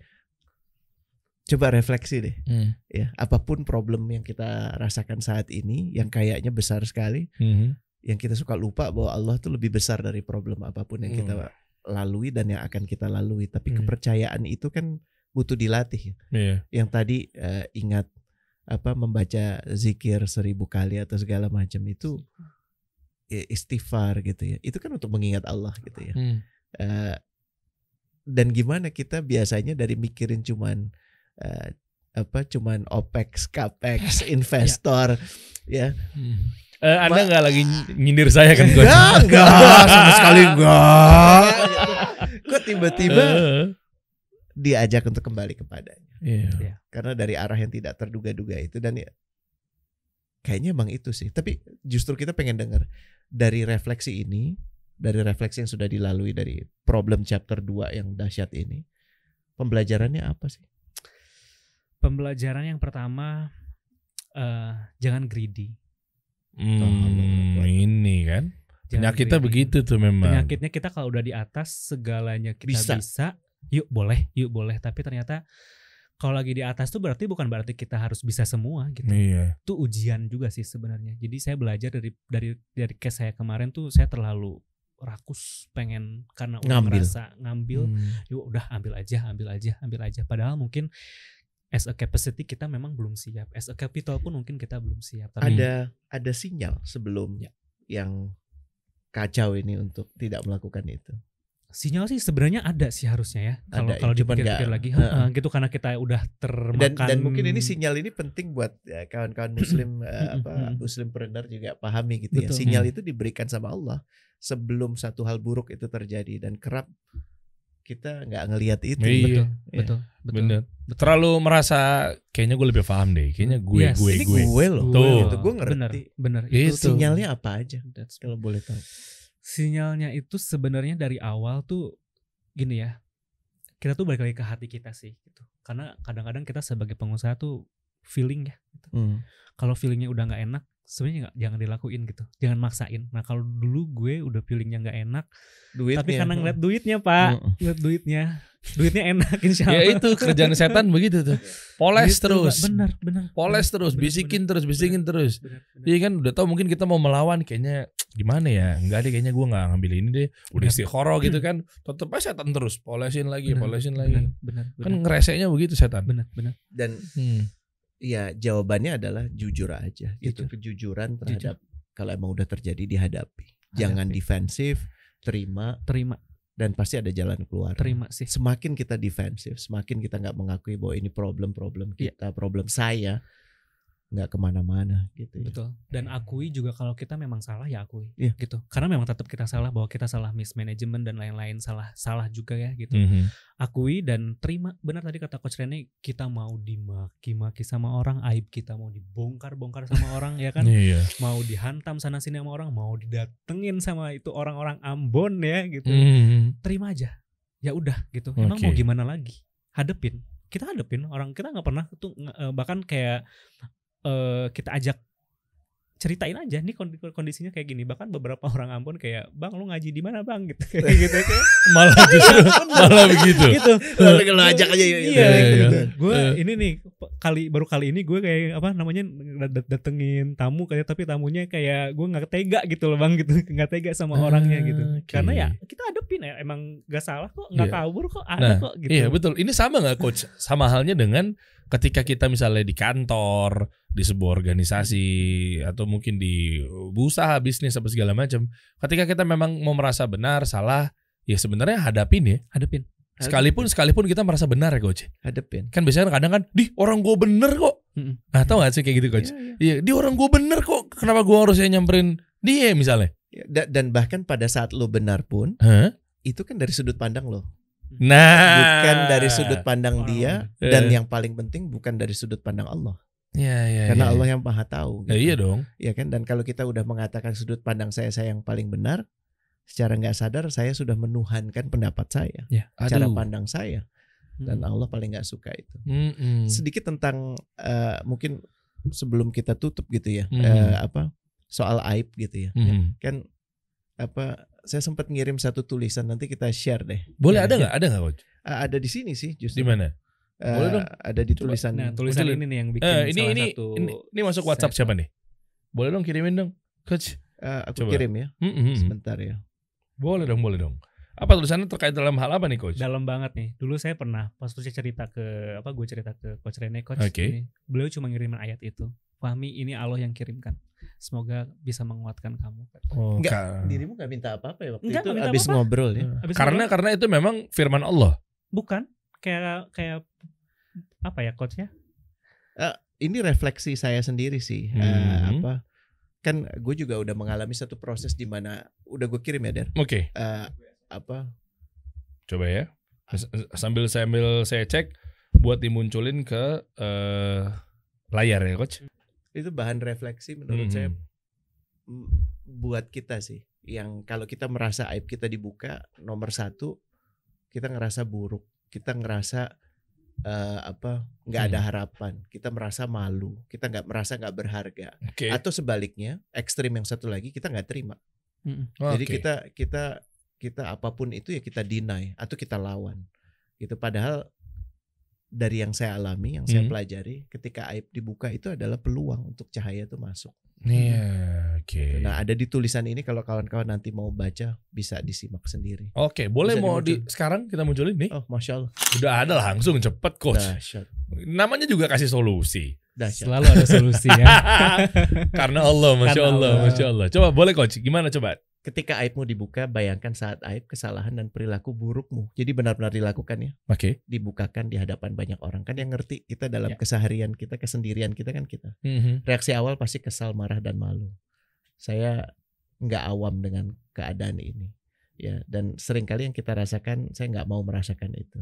Coba refleksi deh. Hmm. Ya, apapun problem yang kita rasakan saat ini yang kayaknya besar sekali, Mhm. yang kita suka lupa bahwa Allah tuh lebih besar dari problem apapun yang kita lalui dan yang akan kita lalui. Tapi Hmm. kepercayaan itu kan butuh dilatih ya. Iya. Yang tadi eh, ingat apa membaca zikir seribu kali atau segala macam itu ya, istighfar gitu ya. Itu kan untuk mengingat Allah gitu ya. Hmm. Eh, dan gimana kita biasanya dari mikirin cuman eh, apa cuman opex, capex, investor ya. Hmm. Eh, anda nggak lagi nyindir saya kan coach? Enggak, enggak, sama sekali enggak. Kok tiba-tiba Eh, diajak untuk kembali kepadanya. Iya. Karena dari arah yang tidak terduga-duga itu dan ya, kayaknya emang itu sih. Tapi justru kita pengen dengar dari refleksi ini, dari refleksi yang sudah dilalui dari problem chapter dua yang dahsyat ini. Pembelajarannya apa sih? Pembelajaran yang pertama, eh, jangan greedy. Hmm, ini kan Jangan penyakitnya greedy. begitu tuh memang. Penyakitnya kita kalau udah di atas segalanya kita Bisa. bisa. Yuk boleh, yuk boleh. Tapi ternyata kalau lagi di atas tuh berarti bukan berarti kita harus bisa semua gitu. Iya. Itu ujian juga sih sebenarnya. Jadi saya belajar dari dari dari case saya kemarin tuh saya terlalu rakus pengen karena udah Ngambil. ngerasa ngambil. Hmm. Yuk udah ambil aja, ambil aja, ambil aja. Padahal mungkin as a capacity kita memang belum siap. As a capital pun mungkin kita belum siap. Tapi Ada ada sinyal sebelum Ya. yang kacau ini untuk tidak melakukan itu. sinyal sih sebenarnya ada sih harusnya ya. Kalau Ada, kalau cuman dipikir-pikir nggak- lagi, Heeh. heeh, gitu karena kita udah termakan. Dan dan mungkin ini sinyal ini penting buat ya, kawan-kawan muslim eh, apa Mm-mm. muslimpreneur juga pahami gitu ya. Betul. Sinyal Hmm. itu diberikan sama Allah sebelum satu hal buruk itu terjadi dan kerap kita nggak ngelihat itu. Iya. betul, Ya. betul, betul. Bener. Terlalu merasa kayaknya gue lebih paham deh. Kayaknya gue Yes. gue Ini gue. gue loh. Tuh. Gitu. Gue ngerti. Bener, bener. Itu. Itu Sinyalnya apa aja That's- kalau boleh tahu? sinyalnya itu sebenarnya dari awal tuh gini ya. Kita tuh balik lagi ke hati kita sih gitu. Karena kadang-kadang kita sebagai pengusaha tuh feeling ya gitu. Hmm. Kalau feelingnya udah nggak enak, sebenarnya nggak jangan dilakuin gitu. Jangan maksain. Nah kalau dulu gue udah feelingnya nggak enak, Duitnya. tapi karena ngeliat duitnya pak, Mm-mm. ngeliat duitnya, duitnya enak insya Ya Allah. itu kerjaan setan begitu tuh. Poles Gitu, terus. Pak. Bener, bener. Poles bener, terus, bener, bisikin bener, terus, bisikin terus. bener, bener. Iya kan udah tahu mungkin kita mau melawan kayaknya gimana ya? Enggak deh kayaknya gue nggak ngambil ini deh. Udah Bener. istiqoroh gitu kan. Tetep aja setan terus. Polesin lagi, Bener, polesin bener, lagi. bener, Kan bener, ngereseknya begitu setan. bener, bener. Dan Hmm. ya jawabannya adalah jujur aja. Itu Jujur. kejujuran terhadap kalau emang udah terjadi dihadapi. Hadapi. Jangan defensif, terima Terima, dan pasti ada jalan keluar. terima sih. Semakin kita defensif, semakin kita nggak mengakui bahwa ini problem-problem Iya. kita, problem saya, nggak kemana-mana gitu. Ya. Betul. Dan akui juga kalau kita memang salah ya akui. Iya. Gitu. Karena memang tetap kita salah, bahwa kita salah mismanagement dan lain-lain, salah salah juga ya gitu. Mhm. Akui dan terima. Benar tadi kata Coach Rene, kita mau dimaki-maki sama orang, aib kita mau dibongkar-bongkar sama orang ya kan. Iya. Mau dihantam sana sini sama orang, mau didatengin sama itu orang-orang Ambon ya gitu. Mhm. Terima aja. Ya udah gitu. Emang mau Oke. gimana lagi? Hadepin. Kita hadepin orang, kita nggak pernah tuh eh, bahkan kayak eh, kita ajak ceritain aja nih kondi- kondisinya kayak gini. Bahkan beberapa orang Ambon kayak, "Bang, lu ngaji di mana, Bang?" gitu kayak gitu kayak. Malah justru malah begitu. gitu. Kalau kalau ajak aja yuk. Iya, iya, gitu. iya. Gue Eh. ini nih kali baru kali ini gue kayak apa namanya dat- datengin tamu kayak, tapi tamunya kayak gue nggak tega gitu loh Bang gitu, nggak tega sama Ah, orangnya gitu. oke. Karena ya kita hadepin ya, emang gak salah kok, nggak Iya. kabur kok, ada Nah, kok gitu. Iya betul. Ini sama nggak coach? Sama halnya dengan ketika kita misalnya di kantor di sebuah organisasi atau mungkin di usaha bisnis apa segala macam. Ketika kita memang mau merasa benar, salah, ya sebenarnya hadapin ya, hadapin. Sekalipun sekalipun kita merasa benar ya coach. Hadapin. Kan biasanya kadang kan, di orang gue bener kok. Mm-mm. Nah tau gak sih kayak gitu coach? Iya, iya. Di orang gue bener kok. Kenapa gue harusnya nyamperin dia misalnya? Ya, dan bahkan pada saat lo benar pun, huh? itu kan dari sudut pandang lo. Nah, bukan dari sudut pandang oh. dia. Dan yang paling penting bukan dari sudut pandang Allah. Ya, ya, Karena ya. Allah yang maha tahu. Gitu. Ya, iya dong. Ya kan. Dan kalau kita udah mengatakan sudut pandang saya saya yang paling benar, secara nggak sadar saya sudah menuhankan pendapat saya, ya. cara pandang saya, dan Allah paling nggak suka itu. Mm-mm. Sedikit tentang uh, mungkin sebelum kita tutup gitu ya, mm. uh, apa soal aib gitu ya, mm. kan apa saya sempat ngirim satu tulisan, nanti kita share deh. Boleh ya, ada nggak? Ada nggak coach? Uh, ada di sini sih justru. Di mana? Uh, Boleh dong. Ada di Coba. tulisan. Nah, tulisan Betul. ini nih yang bikin eh, ini, salah ini, satu. Ini, ini masuk WhatsApp siapa nih? Boleh dong kirimin dong, coach. Uh, aku Coba. kirim ya. Mm-hmm. Sebentar ya. Boleh dong, boleh dong. Apa tulisannya terkait dalam hal apa nih coach? Dalam banget nih. Dulu saya pernah pas tuh saya cerita ke apa gue cerita ke coach Rene, coach. Okay. Ini, beliau cuma ngirimin ayat itu. Fahmi, ini Allah yang kirimkan. Semoga bisa menguatkan kamu. Oh, Enggak, ka- dirimu nggak minta apa-apa ya waktu Enggak, itu nggak minta abis apa-apa. ngobrol ya. Habis karena ngobrol, karena itu memang firman Allah. bukan kayak kayak apa ya coach ya? Uh, ini refleksi saya sendiri sih. Hmm. Uh, apa? Kan gue juga udah mengalami satu proses di mana udah gue kirim ya, Der. Oke. Okay. Uh, apa? Coba ya. Sambil sambil saya cek buat dimunculin ke uh, layar ya, coach. Itu bahan refleksi menurut hmm. saya m- buat kita sih. Yang kalau kita merasa aib kita dibuka, nomor satu kita ngerasa buruk, kita ngerasa uh, apa? Nggak ada harapan, kita merasa malu, kita nggak merasa nggak berharga. Okay. Atau sebaliknya, ekstrim yang satu lagi kita nggak terima. Mm-mm. Jadi Okay. kita kita kita apapun itu ya kita deny atau kita lawan. Gitu. Padahal dari yang saya alami, yang saya Hmm. pelajari, ketika aib dibuka itu adalah peluang untuk cahaya itu masuk. Iya, oke. Okay. Nah, ada di tulisan ini, kalau kawan-kawan nanti mau baca bisa disimak sendiri. Oke, okay, boleh Bisa mau dimuncul. di sekarang kita munculin nih. Oh, masya Allah. Udah ada langsung cepet coach. Dahsyat. Namanya juga kasih solusi. Dahsyat. Selalu ada solusi ya. Karena Allah, masya Karena Allah, Allah. masya Allah. Coba boleh coach, gimana coba? Ketika aibmu dibuka, bayangkan saat aib, kesalahan dan perilaku burukmu. Jadi benar-benar dilakukan ya. Oke. Okay. Dibukakan di hadapan banyak orang. Kan yang ngerti kita dalam Ya. keseharian kita, kesendirian kita kan kita. Mm-hmm. Reaksi awal pasti kesal, marah, dan malu. Saya nggak awam dengan keadaan ini, ya. Dan seringkali yang kita rasakan, saya nggak mau merasakan itu.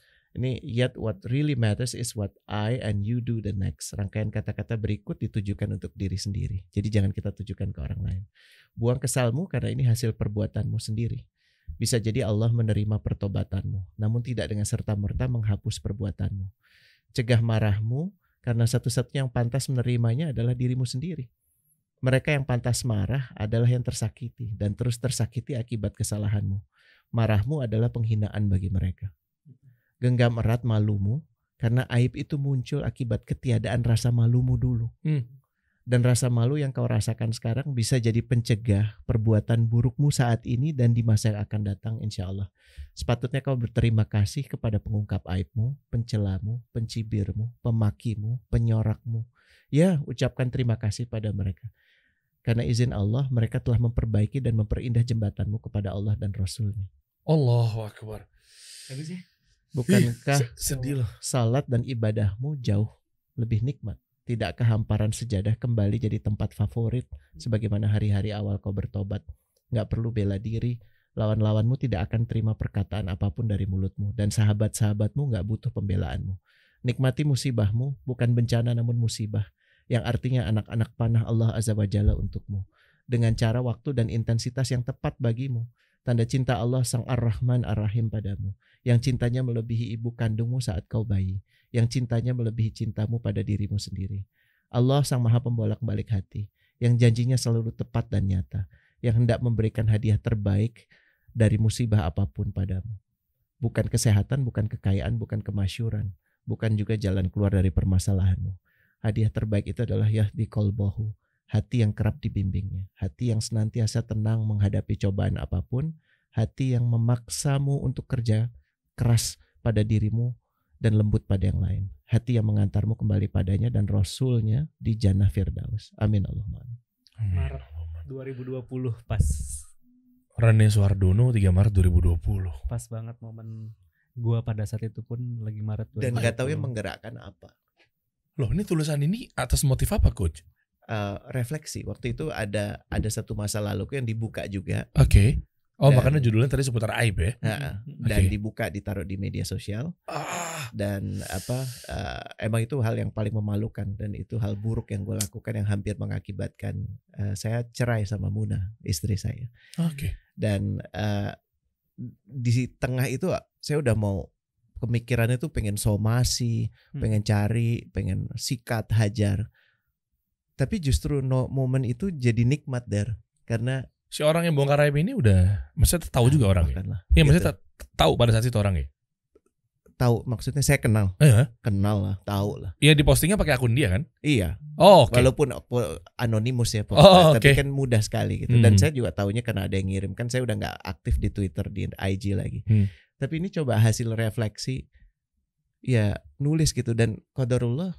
Ini yet what really matters is what I and you do the next. Rangkaian kata-kata berikut ditujukan untuk diri sendiri. Jadi jangan kita tujukan ke orang lain. Buang kesalmu karena ini hasil perbuatanmu sendiri. Bisa jadi Allah menerima pertobatanmu, namun tidak dengan serta-merta menghapus perbuatanmu. Cegah marahmu karena satu-satunya yang pantas menerimanya adalah dirimu sendiri. Mereka yang pantas marah adalah yang tersakiti dan terus tersakiti akibat kesalahanmu. Marahmu adalah penghinaan bagi mereka. Genggam erat malumu karena aib itu muncul akibat ketiadaan rasa malumu dulu. Hmm. Dan rasa malu yang kau rasakan sekarang bisa jadi pencegah perbuatan burukmu saat ini dan di masa yang akan datang insya Allah. Sepatutnya kau berterima kasih kepada pengungkap aibmu, pencelamu, pencibirmu, pemakimu, penyorakmu. Ya, ucapkan terima kasih pada mereka. Karena izin Allah mereka telah memperbaiki dan memperindah jembatanmu kepada Allah dan Rasulnya. Allahu Akbar. Bagus ya. Bukankah Ih, sedih loh. salat dan ibadahmu jauh lebih nikmat? Tidakkah hamparan sejadah kembali jadi tempat favorit sebagaimana hari-hari awal kau bertobat? Gak perlu bela diri, lawan-lawanmu tidak akan terima perkataan apapun dari mulutmu, dan sahabat-sahabatmu gak butuh pembelaanmu. Nikmati musibahmu, bukan bencana namun musibah, yang artinya anak-anak panah Allah Azza wa Jalla untukmu, dengan cara waktu dan intensitas yang tepat bagimu. Tanda cinta Allah Sang Ar-Rahman Ar-Rahim padamu, yang cintanya melebihi ibu kandungmu saat kau bayi, yang cintanya melebihi cintamu pada dirimu sendiri. Allah Sang Maha Pembolak-balik hati, yang janjinya selalu tepat dan nyata, yang hendak memberikan hadiah terbaik dari musibah apapun padamu. Bukan kesehatan, bukan kekayaan, bukan kemasyuran, bukan juga jalan keluar dari permasalahanmu. Hadiah terbaik itu adalah yahdi qalbahu, hati yang kerap dibimbingnya, hati yang senantiasa tenang menghadapi cobaan apapun, hati yang memaksamu untuk kerja keras pada dirimu dan lembut pada yang lain, hati yang mengantarmu kembali padanya dan Rasulnya di Jannah Firdaus. Amin Allahumma amin. Maret dua ribu dua puluh pas. Rene Suhardono tiga Maret dua ribu dua puluh. Pas banget momen gua pada saat itu pun lagi Maret dua ribu dua puluh. Dan nggak tahu yang menggerakkan apa. Loh, ini tulisan ini atas motif apa, Coach? Uh, refleksi. Waktu itu ada ada satu masa laluku yang dibuka juga. Oke. Okay. Oh, Dan- makanya judulnya tadi seputar aib ya. Nah, Mhm. dan Oke. dibuka ditaruh di media sosial Ah, dan apa uh, emang itu hal yang paling memalukan dan itu hal buruk yang gue lakukan yang hampir mengakibatkan uh, saya cerai sama Muna, istri saya. Oke. Dan uh, di tengah itu saya udah mau pemikirannya tuh pengen somasi, Hmm. pengen cari, pengen sikat, hajar. Tapi justru no, momen itu jadi nikmat der karena Si orang yang bongkar aib ini udah, maksudnya tahu juga orangnya. Bukanlah, Iya, gitu. maksudnya ta- tahu pada saat itu orangnya. Tahu maksudnya saya kenal, Eh, kenal lah, tahu lah. Iya, di postingnya pakai akun dia kan? Iya. Oh, oke. Walaupun po- anonimus ya, po- Oh, tapi oke. kan mudah sekali gitu. Hmm. Dan saya juga taunya karena ada yang ngirim. Kan saya udah nggak aktif di Twitter, di I G lagi. Hmm. Tapi ini coba hasil refleksi, ya nulis gitu dan qadarullah.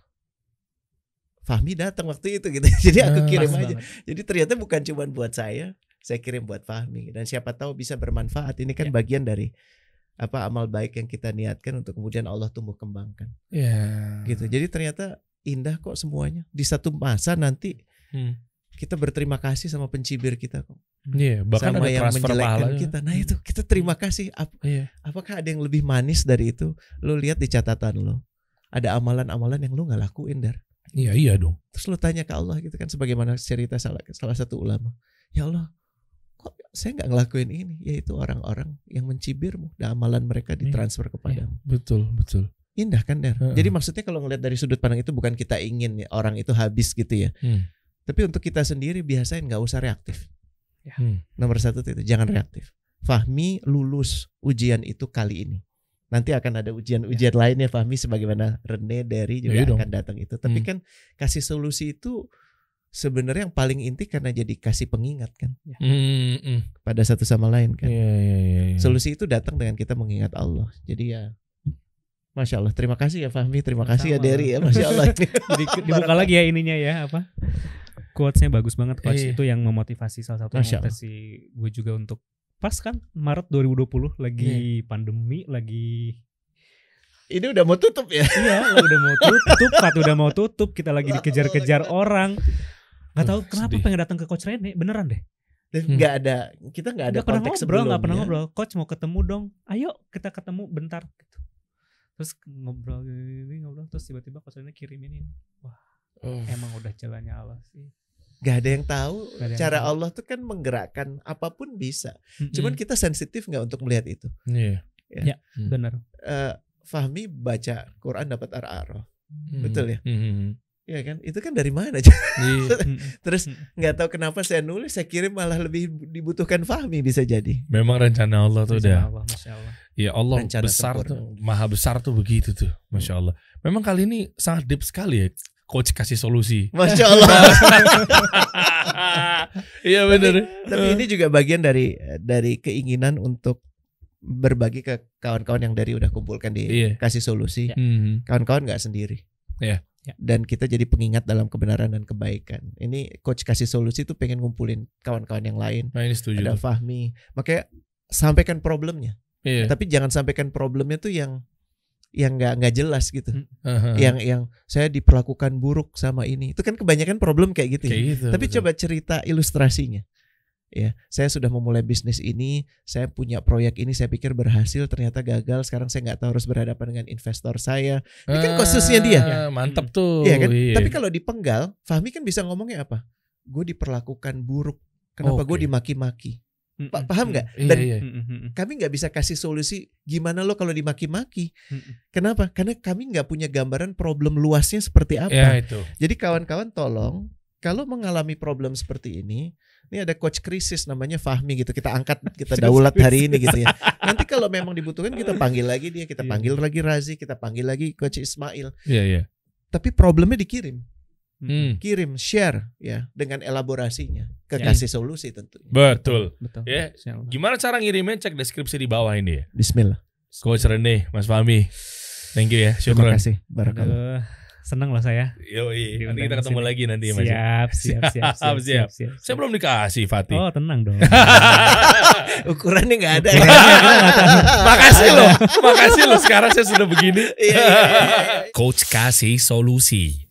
Fahmi datang waktu itu gitu. Jadi aku Ah, kirim Pas aja. banget. Jadi ternyata bukan cuma buat saya, saya kirim buat Fahmi. Dan siapa tahu bisa bermanfaat. Ini kan Ya. bagian dari apa amal baik yang kita niatkan untuk kemudian Allah tumbuh kembangkan. Iya. Gitu. Jadi ternyata indah kok semuanya. Di satu masa nanti Hmm. kita berterima kasih sama pencibir kita kok. Iya, bahkan sama ada yang transfer menjelekkan pahala. kita. Nah itu kita terima kasih. Ap- Iya. apakah ada yang lebih manis dari itu? Lo lihat di catatan lo. Ada amalan-amalan yang lo gak lakuin Dar. Iya, iya dong. Terus lo tanya ke Allah gitu kan. Sebagaimana cerita salah, salah satu ulama. Ya Allah, kok saya gak ngelakuin ini? Yaitu orang-orang yang mencibirmu. Dan amalan mereka ditransfer kepadamu. Betul, betul. Indah kan Der? Heeh. Jadi maksudnya kalau ngelihat dari sudut pandang itu bukan kita ingin ya, orang itu habis gitu ya. Hmm. Tapi untuk kita sendiri biasain gak usah reaktif. Hmm. Nomor satu itu jangan reaktif. Fahmi lulus ujian itu kali ini. Nanti akan ada ujian-ujian lainnya Fahmi sebagaimana Rene Derry juga Iya dong. akan datang itu. Tapi Hmm. kan kasih solusi itu sebenarnya yang paling inti karena jadi kasih pengingat kan Hmm, hmm. pada satu sama lain kan. Iya, iya, iya, iya. Solusi itu datang dengan kita mengingat Allah. Jadi ya Masya Allah, terima kasih ya Fahmi, terima kasih ya Sama. Derry ya, Masya Allah. Jadi dibuka lagi ya ininya ya apa? Quotes-nya bagus banget coach. Iya. Itu yang memotivasi salah satu Masya Allah. memotivasi gue juga untuk pas kan Maret dua ribu dua puluh lagi pandemi lagi Ini udah mau tutup ya. iya udah mau tutup, Fat udah mau tutup, kita lagi dikejar-kejar orang. Gak tahu Uh, kenapa sedih. pengen datang ke Coach Rene, beneran deh. Dan Hmm. nggak ada, kita nggak ada Gak pernah konteks ngobrol, sebelumnya. gak pernah ngobrol. Coach mau ketemu dong, ayo kita ketemu bentar. Gitu. Terus ngobrol, gini, ngobrol terus tiba-tiba Coach Rene kirim ini. Wah, Oh. emang udah jalannya Allah sih. Gak ada yang tahu. Gak ada yang Cara tahu. Allah tuh kan menggerakkan apapun bisa. Mm-mm. Cuman kita sensitif nggak untuk melihat itu. Iya. Ya, Hmm. benar. Eh, Fahmi baca Quran dapat ar-araf, Hmm. betul ya? Hmm. Iya kan? Itu kan dari mana? Iya. Terus nggak tahu kenapa saya nulis, saya kirim malah lebih dibutuhkan Fahmi bisa jadi. Memang rencana Allah tuh udah. Allah, Masya Allah. Ya Allah Rencana besar sempurna. tuh, maha besar tuh begitu tuh, masya Allah. Memang kali ini sangat deep sekali ya, coach kasih solusi. Masya Allah. Iya benar. Tapi ini juga bagian dari dari keinginan untuk berbagi ke kawan-kawan yang dari udah kumpulkan di Iya. kasih solusi. Ya. Hmm. Kawan-kawan nggak sendiri. Iya. Ya. Dan kita jadi pengingat dalam kebenaran dan kebaikan. Ini coach kasih solusi tuh pengen ngumpulin kawan-kawan yang lain. Nah ini setuju. Ada tuh. Fahmi. Makanya sampaikan problemnya. Iya. Tapi jangan sampaikan problemnya tuh yang yang nggak nggak jelas gitu. Hmm. Aha. Yang yang saya diperlakukan buruk sama ini. Itu kan kebanyakan problem kayak gitu. ya. Kayak gitu. Tapi betul. coba cerita ilustrasinya. Ya, saya sudah memulai bisnis ini, saya punya proyek ini, saya pikir berhasil, ternyata gagal. Sekarang saya nggak tahu harus berhadapan dengan investor saya. Ini kan khususnya dia. Ah, Mantap tuh. Iya kan? Iya. Tapi kalau dipenggal, Fahmi kan bisa ngomongnya apa? Gue diperlakukan buruk. Kenapa Oke. gue dimaki-maki? Pa- Paham nggak? Iya, Dan iya. kami nggak bisa kasih solusi gimana lo kalau dimaki-maki. Mm-mm. Kenapa? Karena kami nggak punya gambaran problem luasnya seperti apa. Ya itu. Jadi kawan-kawan tolong, kalau mengalami problem seperti ini, ini ada coach krisis namanya Fahmi gitu. Kita angkat, kita daulat hari ini gitu ya. Nanti kalau memang dibutuhkan kita panggil lagi dia, kita Iya. panggil lagi Razi, kita panggil lagi coach Ismail. Iya iya. Tapi problemnya dikirim, Hmm. kirim, share ya dengan elaborasinya, ke Ya. kasih solusi tentunya. Betul. Betul. Ya. Masya Allah. Gimana cara ngirimnya? Cek deskripsi di bawah ini ya. Bismillah. Coach Rene, Mas Fahmi. Thank you ya. Terima Syukron. kasih. Barakallah. Aduh, senang loh saya. Yoi, nanti Diundang kita ke ketemu sini. lagi nanti Mas. Siap, siap, siap, siap, Siap, siap. siap. Saya belum dikasih Fatih. Oh, tenang dong. Ukurannya nggak ada. Makasih loh. Makasih loh sekarang saya sudah begini. Iya, iya, iya. Coach kasih solusi.